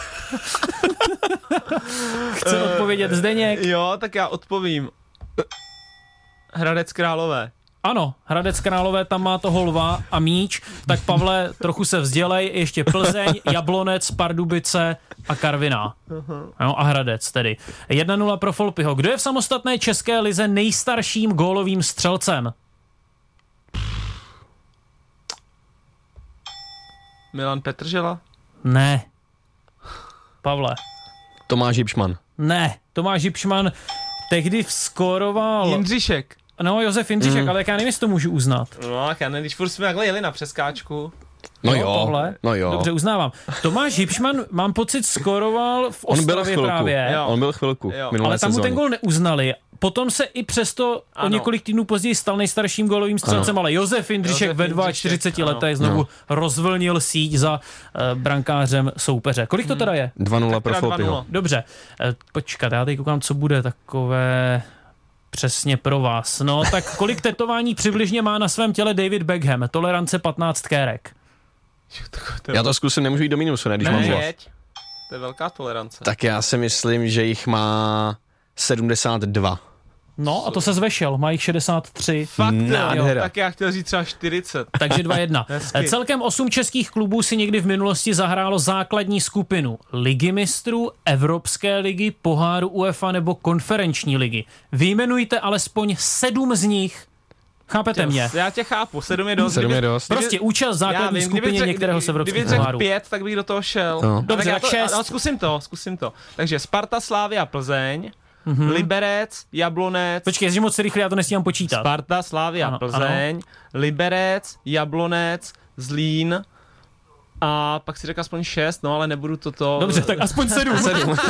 Chce odpovědět Zdeněk? Jo, tak já odpovím. Hradec Králové. Ano, Hradec Králové, tam má toho lva a míč, tak Pavle, trochu se vzdělej, ještě Plzeň, Jablonec, Pardubice a Karviná. No, a Hradec tedy. 1-0 pro Folpyho. Kdo je v samostatné české lize nejstarším gólovým střelcem? Milan Petržela? Ne. Pavle. Tomáš Hipšman. Ne, Tomáš Hipšman tehdy vskóroval... Jindřišek. No, Josef Jindřišek, ale jak já nevím, jestli to můžu uznat. No, tak já nevím, když furt jsme takhle jeli na přeskáčku. No jo, Pavle? No jo. Dobře, uznávám. Tomáš Hipšman, mám pocit, skóroval v Ostravě právě. Jo. On byl chvilku. Ale tam mu ten gól neuznali. Potom se i přesto o několik týdnů později stal nejstarším gólovým střelcem, ale Josef Jindřišek ve 42 letech znovu rozvlnil síť za brankářem soupeře. Kolik to teda je? 2-0 pro Folpyho. Dobře, počkat, já teď koukám, co bude takové... Přesně pro vás. No, tak kolik tetování přibližně má na svém těle David Beckham? Tolerance 15 kérek. Já to zkusím, nemůžu jít do minusu, ne, když mám zlo. To je velká tolerance. Tak já si myslím, že jich má 72. No a to se zvešel, má jich 63. Fakt, jo, tak já chtěl říct třeba 40. Takže 2-1. Celkem 8 českých klubů si někdy v minulosti zahrálo základní skupinu Ligy mistrů, Evropské ligy, poháru UEFA nebo konferenční ligy. Vyjmenujte alespoň 7 z nich. Chápete mě? Já tě chápu, 7 je dost. 7 je dost. Prostě účast v základní skupině některého z evropských pohárů. Kdyby řekl 5, tak bych do toho šel. No. Dobře, tak 6. No, zkusím to. Takže Sparta, Slavia, Plzeň, Liberec, Jablonec. Počkej, jsi moc rychle, já to nestíhám počítat. Sparta, Slavia, Plzeň, Liberec, Jablonec, Zlín a pak si řekl aspoň 6, no ale nebudu toto... Dobře, tak aspoň 7.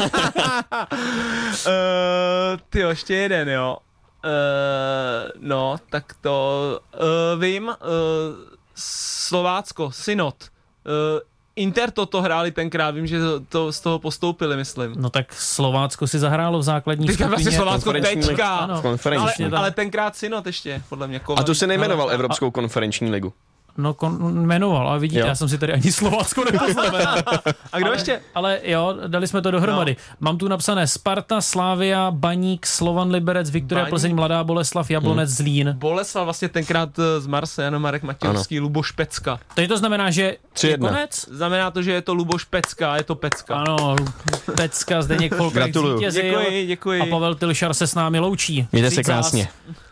Tyjo, ještě jeden, jo. No, tak to vím. Slovácko, Synod. Inter toto hráli tenkrát, vím, že to z toho postoupili, myslím. No tak Slovácko si zahrálo v základní skupině. Vlastně Slovácko teďka. Ano, ale tenkrát Synod ještě, podle mě. A to se nejmenoval Evropskou konferenční ligu. No, jmenoval, ale vidíte, já jsem si tady ani Slovácko nepoznamenal. A kdo ještě? Ale jo, dali jsme to dohromady. No. Mám tu napsané Sparta, Slavia, Baník, Slovan, Liberec, Viktoria, Plzeň, Mladá Boleslav, Jablonec, Zlín. Boleslav vlastně tenkrad z Marse, Jano Marek Matějovský, Luboš Pecka. To znamená, že je konec? Znamená to, že je to Luboš Pecka, je to Pecka. Ano, Pecka, Zdeněk Folkrajc zvítězil. Děkuji. A Pavel Tylšar se s námi loučí. Mějte se krásně.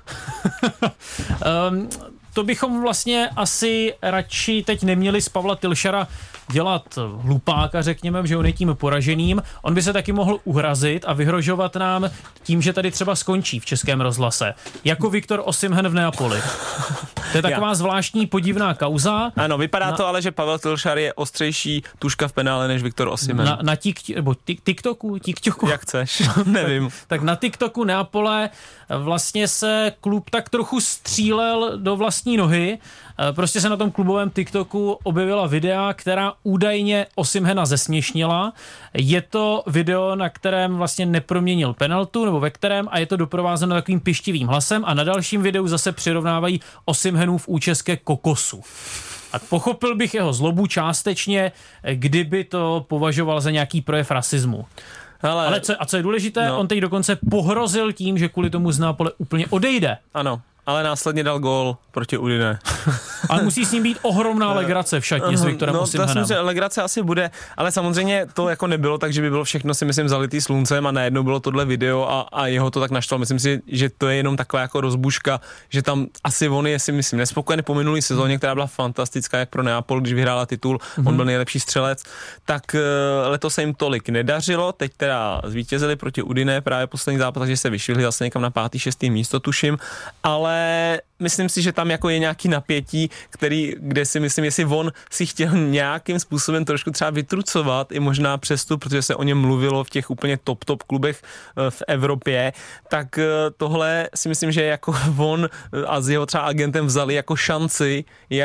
To bychom vlastně asi radši teď neměli z Pavla Tylšara dělat hlupáka, řekněme, že on je tím poraženým. On by se taky mohl uhrazit a vyhrožovat nám tím, že tady třeba skončí v Českém rozhlase. Jako Viktor Osimhen v Neapoli. To je taková zvláštní podivná kauza. Ano, vypadá to ale, že Pavel Tilšar je ostřejší tuška v penále než Viktor Osimhen. Na TikToku? Jak chceš, nevím. Tak na TikToku Neapole vlastně se klub tak trochu střílel do vlastní nohy. Prostě se na tom klubovém TikToku objevila videa, která údajně Osimhena zesměšnila. Je to video, na kterém vlastně neproměnil penaltu, nebo ve kterém, a je to doprovázeno takovým pištivým hlasem, a na dalším videu zase přirovnávají Osimhenův účes ke kokosu. A pochopil bych jeho zlobu částečně, kdyby to považoval za nějaký projev rasismu. Ale co je důležité, on teď dokonce pohrozil tím, že kvůli tomu z Neapole úplně odejde. Ano, ale následně dal gól proti Udine. Ale musí s ním být ohromná legrace v šatně s Viktorem Osimhenem. No, legrace asi bude, ale samozřejmě to jako nebylo tak, že by bylo všechno, si myslím, zalitý sluncem a najednou bylo tohle video a jeho to tak naštvalo. Myslím si, že to je jenom taková jako rozbuška, že tam asi on je, si myslím, nespokojený po minulý sezóně, která byla fantastická jak pro Neapol, když vyhrála titul, on byl nejlepší střelec, tak letos se jim tolik nedařilo, teď teda zvítězili proti Udine právě poslední zápas, takže se vyšvihli zase někam na 5., 6. místo, tuším, ale myslím si, že tam jako je nějaký napětí, kde si myslím, jestli on si chtěl nějakým způsobem trošku třeba vytrucovat i možná přestup, protože se o něm mluvilo v těch úplně top klubech v Evropě, tak tohle si myslím, že jako on a s jeho třeba agentem vzali jako šanci,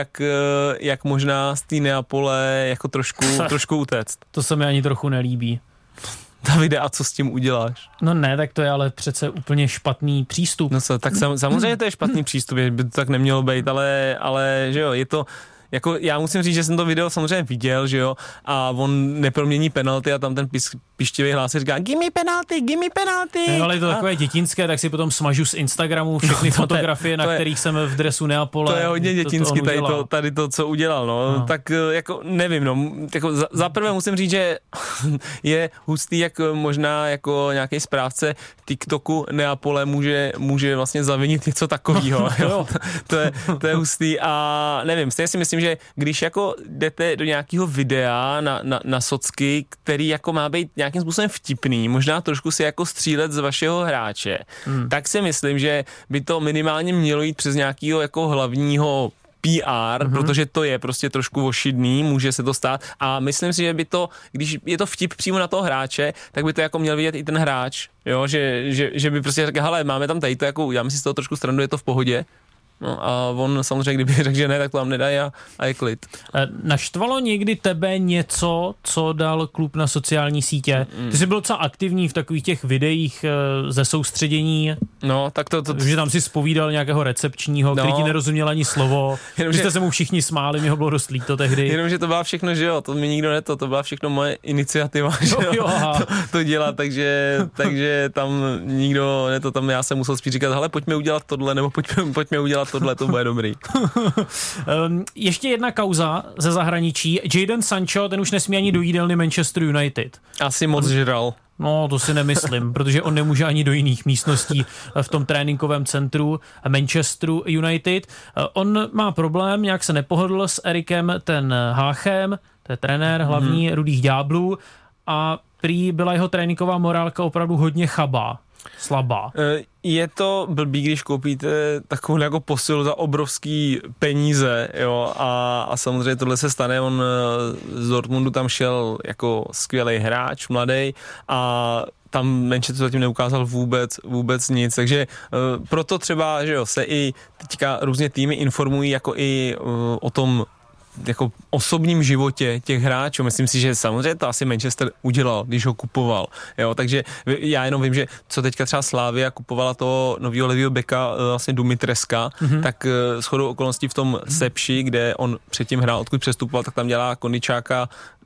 jak možná z té Neapole jako trošku utéct. To se mi ani trochu nelíbí. Davide, a co s tím uděláš? No ne, tak to je ale přece úplně špatný přístup. No co, tak samozřejmě to je špatný přístup, by to tak nemělo být, ale že jo, je to jako já musím říct, že jsem to video samozřejmě viděl, že jo, a on nepromění penalty a tam ten pištivý hlas říká gimme penalty. No, ale je to takové dětinské, tak si potom smažu z Instagramu všechny fotografie, na kterých jsem v dresu Neapole. To je hodně dětinský, tady to, co udělal, no. Tak jako nevím, no, jako zaprvé musím říct, že je hustý, jak možná jako nějaký správce TikToku Neapole může vlastně zavinit něco takového. To je hustý a nevím, stejně si myslím, že když jako jdete do nějakého videa na socky, který jako má být nějakým způsobem vtipný, možná trošku si jako střílet z vašeho hráče, tak si myslím, že by to minimálně mělo jít přes nějakého jako hlavního PR, protože to je prostě trošku ošidný, může se to stát a myslím si, že by to, když je to vtip přímo na toho hráče, tak by to jako měl vidět i ten hráč, jo, že by prostě řekl, hele, máme tam tady to, jako uděláme si z toho trošku stranu, je to v pohodě. No a on samozřejmě, kdyby řekl, že ne, tak to vám nedají a je klid. Naštvalo někdy tebe něco, co dal klub na sociální sítě? Ty jsi byl docela aktivní v takových těch videích ze soustředění. No, tak to že tam si zpovídal nějakého recepčního, který ti nerozuměl ani slovo. Že jste se mu všichni smáli, mě ho bylo dost líto tehdy. Jenomže to byla všechno, že jo, to mi nikdo to byla všechno moje iniciativa, že jo, to dělat, takže tam nikdo tam já jsem musel spíš říkat, hele, pojďme udělat tohle, nebo pojďme udělat tohle, to bude dobrý. Ještě jedna kauza ze zahraničí. Jadon Sancho, ten už nesmí ani do jídelny Manchester United. Asi moc žral. No, to si nemyslím, protože on nemůže ani do jiných místností v tom tréninkovém centru Manchesteru United. On má problém, nějak se nepohodl s Erikem ten Háchem, to je trenér hlavní Rudých ďáblů, a prý byla jeho tréninková morálka opravdu hodně slabá. Je to blbý, když koupíte takovou jako posilu za obrovský peníze, jo, a samozřejmě tohle se stane, on z Dortmundu tam šel jako skvělý hráč, mladý, a tam Manchester zatím neukázal vůbec nic, takže proto třeba, že jo, se i teďka různě týmy informují jako i o tom jako osobním životě těch hráčů. Myslím si, že samozřejmě to asi Manchester udělal, když ho kupoval. Jo, takže já jenom vím, že co teďka třeba Slavia kupovala toho nového levýho beka vlastně Dumitreska, tak shodou okolností v tom Sepši, kde on předtím hrál, odkud přestupoval, tak tam dělá Koničáka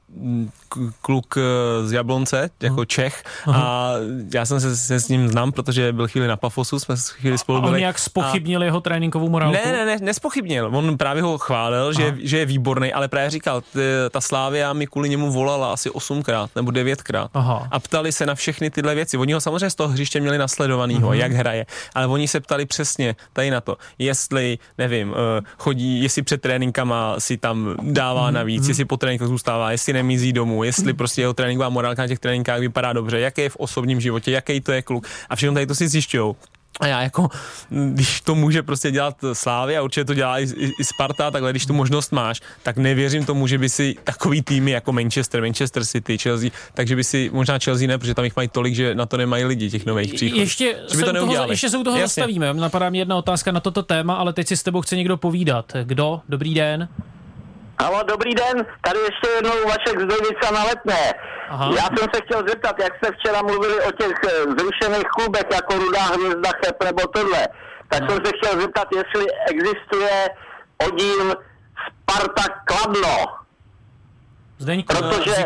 kluk z Jablonce, jako Čech, a já jsem se s ním znám, protože byl chvíli na Pafosu, jsme chvíli spolu byli. A on nějak zpochybnil jeho tréninkovou morálku? Ne, nespochybnil. On právě ho chválil, že je výborný, ale právě říkal, ta Slavia mi kvůli němu volala asi 8krát nebo 9krát a ptali se na všechny tyhle věci. Oni ho samozřejmě z toho hřiště měli nasledovanýho, jak hraje, ale oni se ptali přesně tady na to, jestli, nevím, chodí, jestli před tréninkama si tam dává navíc, jestli po tréninkách zůstává, jestli nemizí domů, jestli prostě jeho tréninková morálka na těch tréninkách vypadá dobře, jaký je v osobním životě, jaký to je kluk. A všechno tady to si zjišťujou. A já jako, když to může prostě dělat Slavia, určitě to dělá i Sparta, takhle když tu možnost máš, tak nevěřím tomu, že by si takový týmy jako Manchester City, Chelsea, takže by si, možná Chelsea ne, protože tam jich mají tolik, že na to nemají lidi, těch nových příchodů. Ještě se u toho zastavíme, napadá mě jedna otázka na toto téma, ale teď si s tebou chce někdo povídat. Kdo? Dobrý den. Haló, dobrý den, tady ještě jednou Vašek z Dojnice na Letné. Aha. Já jsem se chtěl zeptat, jak jste včera mluvili o těch zrušených klubech jako Rudá hvězda, Cheb nebo tohle, tak jsem se chtěl zeptat, jestli existuje oddíl Sparta Kladno. Zdeňku, protože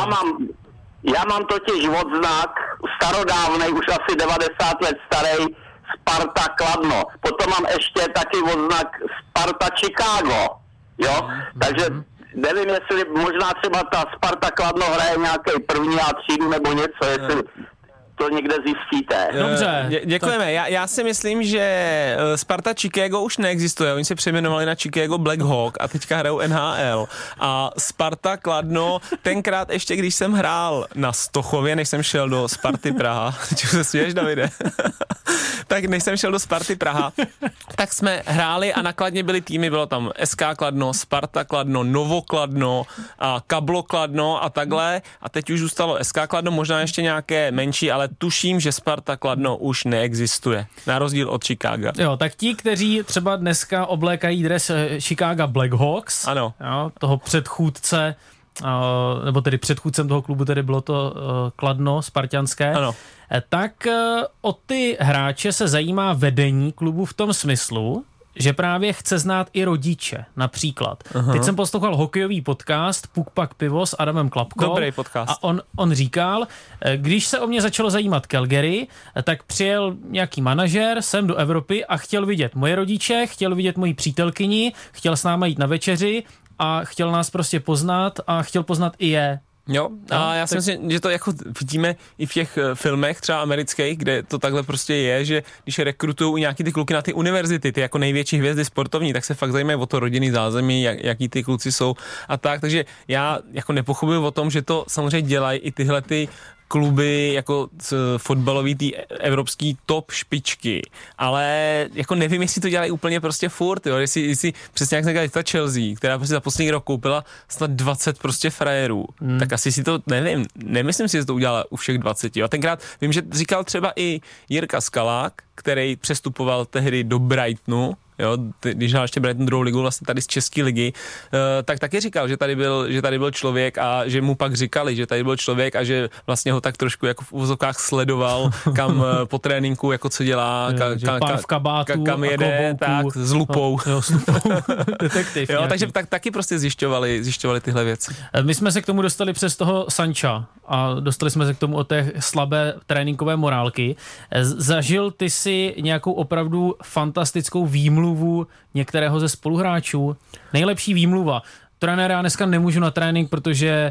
já mám totiž odznak starodávnej, už asi 90 let starý, Sparta Kladno. Potom mám ještě taky odznak Sparta Chicago. Jo, takže nevím, jestli možná třeba ta Sparta Kladno hraje nějaký první a třídu nebo něco, jestli to někde zjistíte. Dobře. Děkujeme. Já si myslím, že Sparta Chicago už neexistuje. Oni se přejmenovali na Chicago Black Hawk a teďka hrajou NHL. A Sparta Kladno, tenkrát ještě, když jsem hrál na Stochově, než jsem šel do Sparty Praha, čeho se směješ, Davide? Tak než jsem šel do Sparty Praha, tak jsme hráli a na Kladně byly týmy, bylo tam SK Kladno, Sparta Kladno, Novo Kladno a Kablo Kladno a takhle. A teď už zůstalo SK Kladno, možná ještě nějaké menší, ale tuším, že Sparta Kladno už neexistuje, na rozdíl od Chicaga. Jo, tak ti, kteří třeba dneska oblékají dres Chicago Blackhawks, ano. Jo, toho předchůdce, nebo tedy předchůdcem toho klubu tedy bylo to Kladno spartanské, ano. Tak o ty hráče se zajímá vedení klubu v tom smyslu, že právě chce znát i rodiče, například. Teď jsem poslouchal hokejový podcast Puk Pak Pivo s Adamem Klapkou. Dobrý podcast. A on říkal, když se o mě začalo zajímat Calgary, tak přijel nějaký manažer sem do Evropy a chtěl vidět moje rodiče, chtěl vidět moji přítelkyni, chtěl s náma jít na večeři a chtěl nás prostě poznat a chtěl poznat i je. Jo, a já si myslím, že to jako vidíme i v těch filmech třeba amerických, kde to takhle prostě je, že když rekrutují nějaký ty kluky na ty univerzity, ty jako největší hvězdy sportovní, tak se fakt zajímají o to rodinný zázemí, jaký ty kluci jsou a tak, takže já jako nepochybuju o tom, že to samozřejmě dělají i tyhle ty kluby jako fotbalový tý evropský top špičky, ale jako nevím, jestli to dělají úplně prostě furt, jo, jestli přesně jak říkali, ta Chelsea, která prostě za poslední rok koupila snad 20 prostě frajerů, tak asi si to, nevím, nemyslím si, že to udělala u všech 20, jo. A tenkrát vím, že říkal třeba i Jirka Skalák, který přestupoval tehdy do Brightonu, jo, když hrál ještě Brighton druhou ligu, vlastně tady z české ligy, tak taky říkal, že tady byl člověk a že mu pak říkali, že tady byl člověk a že vlastně ho tak trošku jako v uvozovkách sledoval, kam po tréninku, jako co dělá, kam jede, tak s lupou. Jo, s lupou. Detektiv. Jo, takže taky prostě zjišťovali tyhle věci. My jsme se k tomu dostali přes toho Sancha a dostali jsme se k tomu od té slabé tréninkové morálky. Zažil ty si nějakou opravdu fantastickou výmluvu některého ze spoluhráčů? Nejlepší výmluva. Trenére, já dneska nemůžu na trénink, protože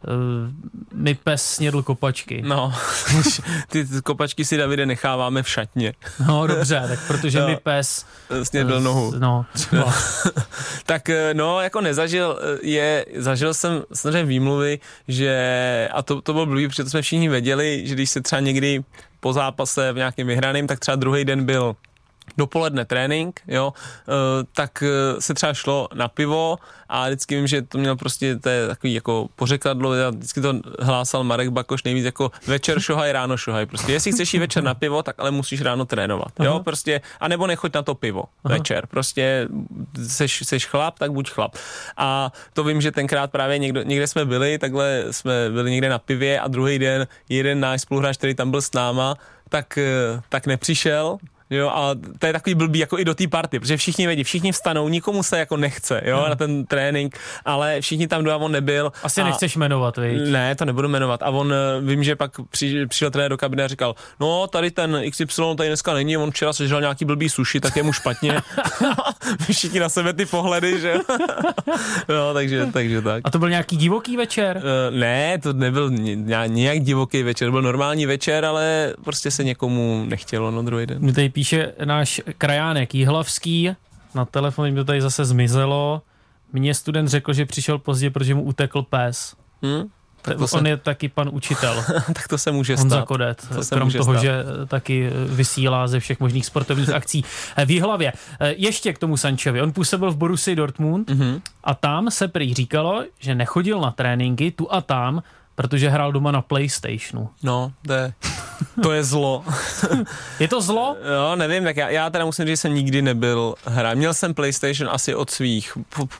mi pes snědl kopačky. No, ty kopačky si, Davide, necháváme v šatně. No dobře, tak protože mi pes snědl nohu. No, třeba. Tak no, jako zažil jsem samozřejmě výmluvy, že, a to bylo blbý, protože to jsme všichni věděli, že když se třeba někdy po zápase v nějakém vyhraném, tak třeba druhý den byl dopoledne trénink, jo, tak se třeba šlo na pivo a vždycky vím, že to měl prostě, to je takový jako pořekadlo, vždycky to hlásal Marek Bakoš nejvíc jako večer šohaj, ráno šohaj, prostě jestli chceš jít večer na pivo, tak ale musíš ráno trénovat, jo, prostě, anebo nechoď na to pivo večer, prostě seš chlap, tak buď chlap. A to vím, že tenkrát právě někde jsme byli, takhle jsme byli někde na pivě a druhý den jeden náš spoluhráč, který tam byl s náma, tak nepřišel. Jo, a to je takový blbý jako i do té party, protože všichni vědí, všichni vstanou, nikomu se jako nechce, jo, na ten trénink, ale všichni tam jdou a on nebyl. Asi nechceš jmenovat, viď? Ne, to nebudu jmenovat. A on, vím, že pak přišel trenér do kabiny a říkal, no tady ten XY tady dneska není, on včera sežral nějaký blbý sushi, tak je mu špatně. Všichni na sebe ty pohledy, že? No, takže tak. A to byl nějaký divoký večer? Ne, to nebyl nějak divoký večer, to byl normální večer, ale prostě se někomu nechtělo, no druhý den. Píše náš krajánek Jihlavský, na telefonu mi to tady zase zmizelo. Mně student řekl, že přišel pozdě, protože mu utekl pes. On je taky pan učitel. Tak to se může Honza stát. Kodet, krom toho, že taky vysílá ze všech možných sportovních akcí v Jihlavě. Ještě k tomu Sanchovi. On působil v Borussii Dortmund a tam se prý říkalo, že nechodil na tréninky tu a tam, protože hrál doma na PlayStationu. No, to je zlo. Je to zlo? Jo, nevím, tak já teda musím říct, že jsem nikdy nebyl hrát. Měl jsem PlayStation asi od svých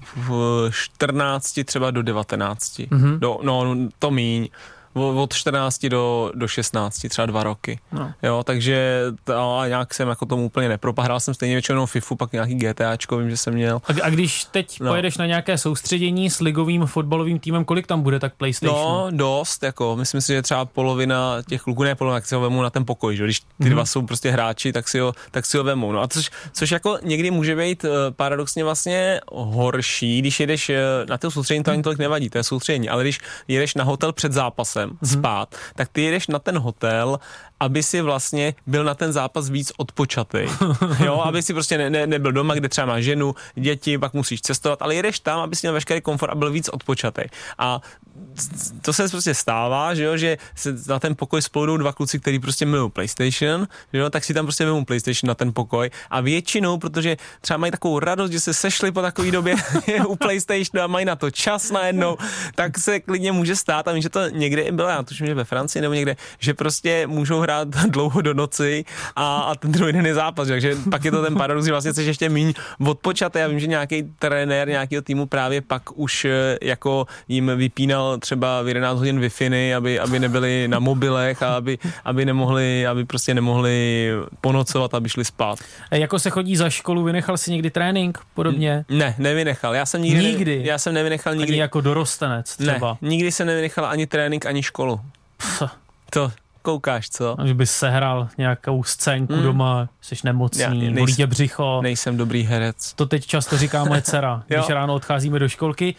14 třeba do 19. To míň. Od 14 do 16, třeba 2 roky. No. Jo, takže nějak jsem jako tomu úplně nepropal. Hrál jsem stejně většinou FIFU, pak nějaký GTAčko, vím, že jsem měl. A když teď pojedeš na nějaké soustředění s ligovým fotbalovým týmem, kolik tam bude tak PlayStation? No, dost, jako myslím si, že třeba polovina těch kluků, ne polovina, tak si ho vemu na ten pokoj, že? Když ty dva jsou prostě hráči, tak si ho vemu. No a což jako někdy může být paradoxně vlastně horší, když jedeš na to soustředění, to ani tolik nevadí, to je soustředění, ale když jedeš na hotel před zápasem spát, tak ty jedeš na ten hotel, aby si vlastně byl na ten zápas víc odpočatej. Jo, aby si prostě nebyl doma, kde třeba máš ženu, děti, pak musíš cestovat, ale jedeš tam, aby si měl veškerý komfort a byl víc odpočatej. A to se prostě stává, že jo, že se na ten pokoj sploudou 2 kluci, kteří prostě milují PlayStation, že jo, tak si tam prostě vezmou PlayStation na ten pokoj a většinou, protože třeba mají takovou radost, že se sešli po takové době u PlayStationu a mají na to čas najednou, tak se klidně může stát, a vím, že to někde i bylo, já tuším, že ve Francii nebo někde, že prostě můžou hrát dlouho do noci a ten druhý den je zápas, takže pak je to ten paradox, že vlastně jsi ještě míň odpočatý. Já vím, že nějaký trenér nějakého týmu právě pak už jako jim vypínal třeba v 11 hodin Wi-Fi, aby nebyli na mobilech a aby prostě nemohli ponocovat, aby šli spát. Jako se chodí za školu, vynechal si někdy trénink podobně? Ne, nevynechal. Já jsem já jsem nevynechal nikdy. Ani jako dorostenec třeba? Ne, nikdy jsem nevynechal ani trénink, ani školu. To koukáš, co? Že bys sehrál nějakou scénku doma, jsi nemocný, bolí tě břicho. Nejsem dobrý herec. To teď často říká moje dcera, když ráno odcházíme do školky.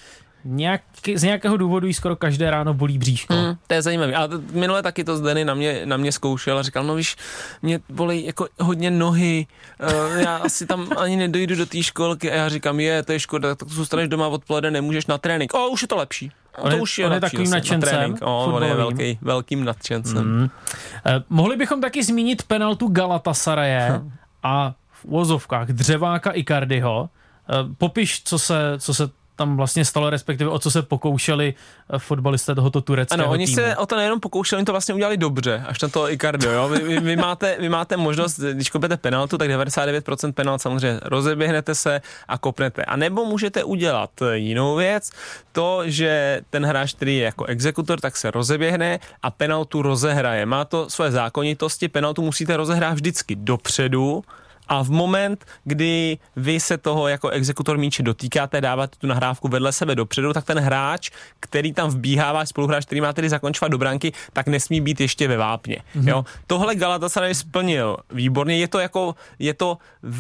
Z nějakého důvodu jí skoro každé ráno bolí bříško. To je zajímavé. A minule taky to Zdeny na mě zkoušel a říkal, no víš, mě bolí jako hodně nohy, já asi tam ani nedojdu do té školky a já říkám, to je škoda, tak zůstaneš doma odpoledne, nemůžeš na trénink. Už je to lepší. To už je takovým nadšencem. On je velkým nadšencem. Mohli bychom taky zmínit penaltu Galatasaraje a v uvozovkách Dřeváka Icardiho. Popiš, co se tam vlastně stalo, respektive o co se pokoušeli fotbalisté tohoto tureckého týmu. Ano, oni se o to nejenom pokoušeli, oni to vlastně udělali dobře, až na to Icardi, jo. Vy máte možnost, když kopnete penaltu, tak 99% penalt samozřejmě rozeběhnete se a kopnete. A nebo můžete udělat jinou věc, to, že ten hráč, který je jako exekutor, tak se rozeběhne a penaltu rozehraje. Má to své zákonitosti, penaltu musíte rozehrát vždycky dopředu, a v moment, kdy vy se toho jako exekutor míče dotýkáte, dáváte tu nahrávku vedle sebe dopředu, tak ten hráč, který tam vbíhá, váš spoluhráč, který má tedy zakončovat do branky, tak nesmí být ještě ve vápně. Jo? Tohle Galatasaray splnil výborně, je to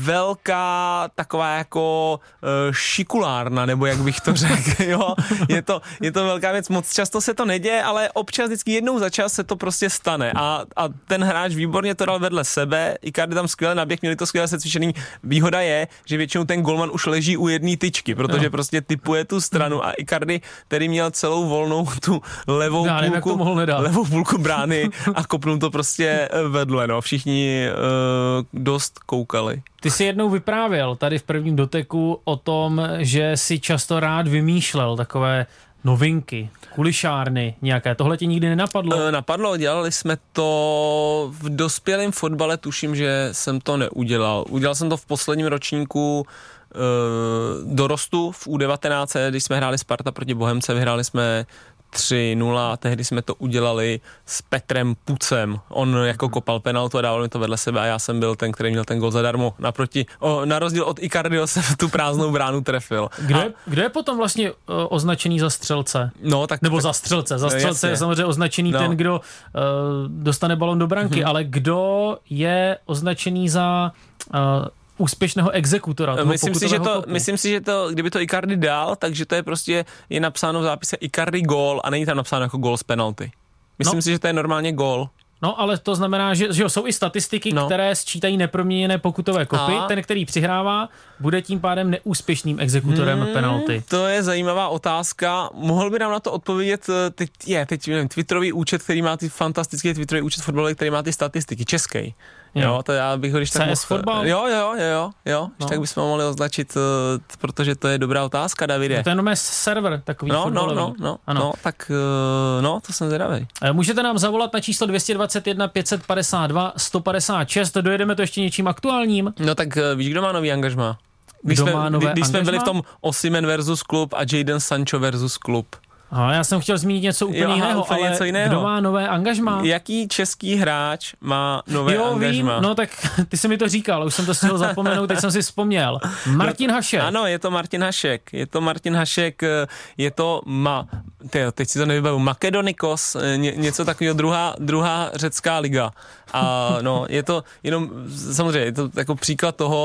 velká taková jako šikulárna, nebo jak bych to řekl, jo? Je to velká věc, moc často se to neděje, ale občas vždycky jednou za čas se to prostě stane a ten hráč výborně to dal vedle sebe, Icardi tam skvěle naběh, měli to skvěle se cvičený. Výhoda je, že většinou ten golman už leží u jedné tyčky, protože prostě typuje tu stranu a Icardi, který měl celou volnou tu levou půlku brány a kopnul to prostě vedle, no. Všichni dost koukali. Ty jsi jednou vyprávěl tady v prvním doteku o tom, že si často rád vymýšlel takové novinky, kulišárny nějaké. Tohle ti nikdy nenapadlo? Napadlo, dělali jsme to v dospělém fotbale, tuším, že jsem to neudělal. Udělal jsem to v posledním ročníku dorostu v U19, když jsme hráli Sparta proti Bohemce, vyhráli jsme 3-0 a tehdy jsme to udělali s Petrem Pucem. On jako kopal penaltu a dával mi to vedle sebe a já jsem byl ten, který měl ten gol zadarmo. Na rozdíl od Icardiho jsem tu prázdnou bránu trefil. Kdo je potom vlastně označený za střelce? No, Nebo za střelce. Za střelce je samozřejmě označený ten, kdo dostane balon do branky, ale kdo je označený za úspěšného exekutora. Myslím si, že to, kdyby to Icardi dal, takže to je prostě, je napsáno v zápise Icardi gól a není tam napsáno jako gól z penalty. Myslím si, že to je normálně gól. No, ale to znamená, že jsou i statistiky, které sčítají neproměněné pokutové kopy. Ten, který přihrává, bude tím pádem neúspěšným exekutorem penalty. To je zajímavá otázka. Mohl by nám na to odpovědět teď nevím, Twitterový účet, který má ty fantastický Twitterový účet fotbalový, který má ty statistiky, český. Jo, to já bych ho když tak CS fotbal? Jo, tak bychom ho mohli označit, protože to je dobrá otázka, Davide. No, to je jenom server takový fotbalový. To jsem zvědavý. Můžete nám zavolat na číslo 221 552 156, dojedeme to ještě něčím aktuálním. No tak víš, kdo má nový angažmá? Když jsme byli v tom Osimhen versus klub a Jadon Sancho versus klub. Já jsem chtěl zmínit něco úplně jiného, ale něco jiného. Kdo má nové angažmá? Jaký český hráč má nové angažmá? No tak ty jsi mi to říkal, už jsem to stihl zapomenout, teď jsem si vzpomněl. Martin Hašek. Ano, je to Martin Hašek, teď si to nevybavu, Makedonikos, něco takového, druhá řecká liga. A no, je to jenom, samozřejmě, je to jako příklad toho,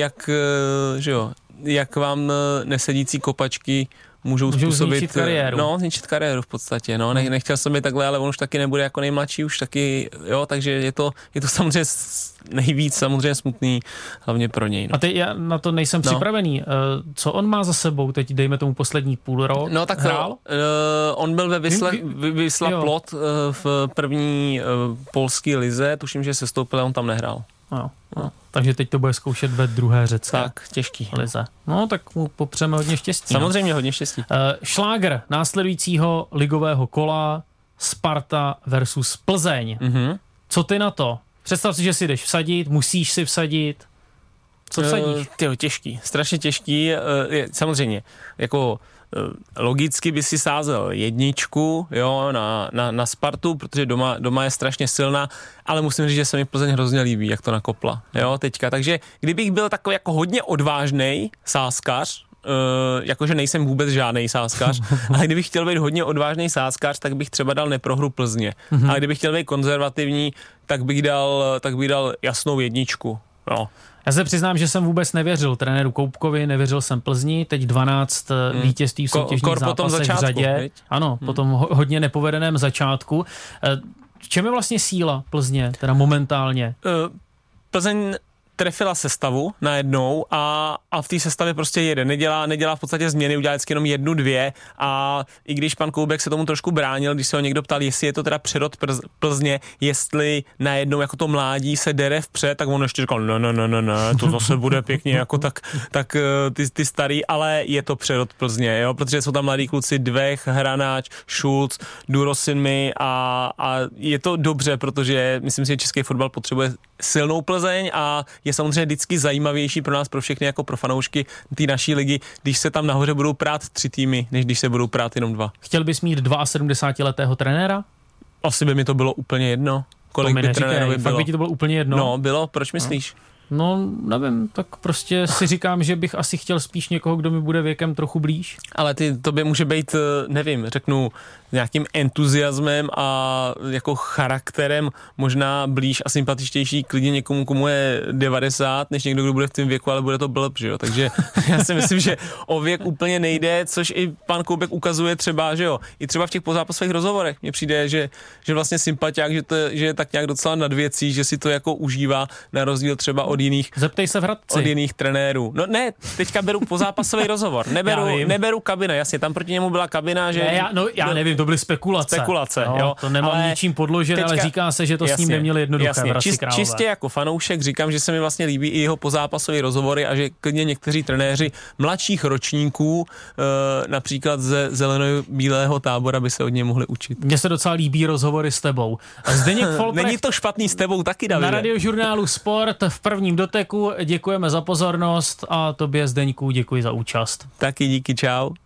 jak vám nesedící kopačky můžou způsobit zničit kariéru v podstatě, nechtěl jsem být takhle, ale on už taky nebude jako nejmladší, už taky, takže je to samozřejmě nejvíc samozřejmě smutný, hlavně pro něj. A teď já na to nejsem připravený. Co on má za sebou teď, dejme tomu poslední půl rok? No tak hrál? On byl ve Wisla Plot v první polské lize, tuším, že se stoupil, a on tam nehrál. Takže teď to bude zkoušet ve druhé řecké. Tak, těžký. Lize. No, tak mu popřeme hodně štěstí. Samozřejmě hodně štěstí. Šlágr následujícího ligového kola Sparta versus Plzeň. Mm-hmm. Co ty na to? Představ si, že si jdeš vsadit, musíš si vsadit. Co vsadíš? Těžký, strašně těžký. Samozřejmě, jako logicky by si sázel 1, na Spartu, protože doma je strašně silná, ale musím říct, že se mi Plzeň hrozně líbí, jak to nakopla, teďka. Takže kdybych byl takový jako hodně odvážnej sázkař, jakože nejsem vůbec žádnej sázkař, ale kdybych chtěl být hodně odvážnej sázkař, tak bych třeba dal neprohru Plzně. Ale kdybych chtěl být konzervativní, tak bych dal jasnou 1. Já se přiznám, že jsem vůbec nevěřil trenéru Koupkovi, nevěřil jsem Plzni, teď 12 vítězství v soutěžních zápasech v řadě. Ano, po tom hodně nepovedeném začátku. V čem je vlastně síla Plzně, teda momentálně? Plzeň trefila sestavu najednou a v té sestavě prostě jede. Nedělá v podstatě změny, udělá vždycky jenom 1, 2 a i když pan Koubek se tomu trošku bránil, když se ho někdo ptal, jestli je to teda přerod Plzně, jestli najednou jako to mládí se dere vpřed, tak on ještě říkal, ne, to zase bude pěkně jako tak ty starý, ale je to přerod Plzně, protože jsou tam mladí kluci Dvech, Hranáč, Schulz, Durosinmi a je to dobře, protože myslím si, že český fotbal potřebuje silnou Plzeň a je samozřejmě vždycky zajímavější pro nás, pro všechny jako pro fanoušky té naší ligy, když se tam nahoře budou prát 3 týmy, než když se budou prát jenom 2. Chtěl bys mít 72letého trenéra? Asi by mi to bylo úplně jedno. Kolik by trenérovi bylo? Fakt by ti to bylo úplně jedno? No, bylo. Proč myslíš? No, nevím, tak prostě si říkám, že bych asi chtěl spíš někoho, kdo mi bude věkem trochu blíž. Ale tobě může být, nevím, řeknu, nějakým entuziasmem a jako charakterem možná blíž a sympatičtější klidně někomu, komu je 90, než někdo, kdo bude v tom věku, ale bude to blb, že jo. Takže já si myslím, že o věk úplně nejde, což i pan Koubek ukazuje třeba, že jo, i třeba v těch pozápasových rozhovorech. Mně přijde, že vlastně sympatiák, že je tak nějak docela nad věcí, že si to jako užívá na rozdíl třeba od jiných. Zeptej se v Hradci. Od jiných trenérů. No ne, teďka beru pozápasový rozhovor. Neberu kabina, jasně, tam proti němu byla kabina, že... Já nevím, to byly spekulace, jo. To nemám ničím podložené, ale říká se, že to s ním neměli jednoduché v Hradci Králové. Čistě jako fanoušek říkám, že se mi vlastně líbí i jeho pozápasové rozhovory a že klidně někteří trenéři mladších ročníků, například ze zeleno-bílého tábora, by se od něj mohli učit. Mně se docela líbí rozhovory s tebou. Zdeněk Folprecht. Není to špatný s tebou taky, Davide. Na Radiožurnálu Sport v prvním doteku děkujeme za pozornost a tobě, Zdeňku, děkuji za účast. Taky díky, čau.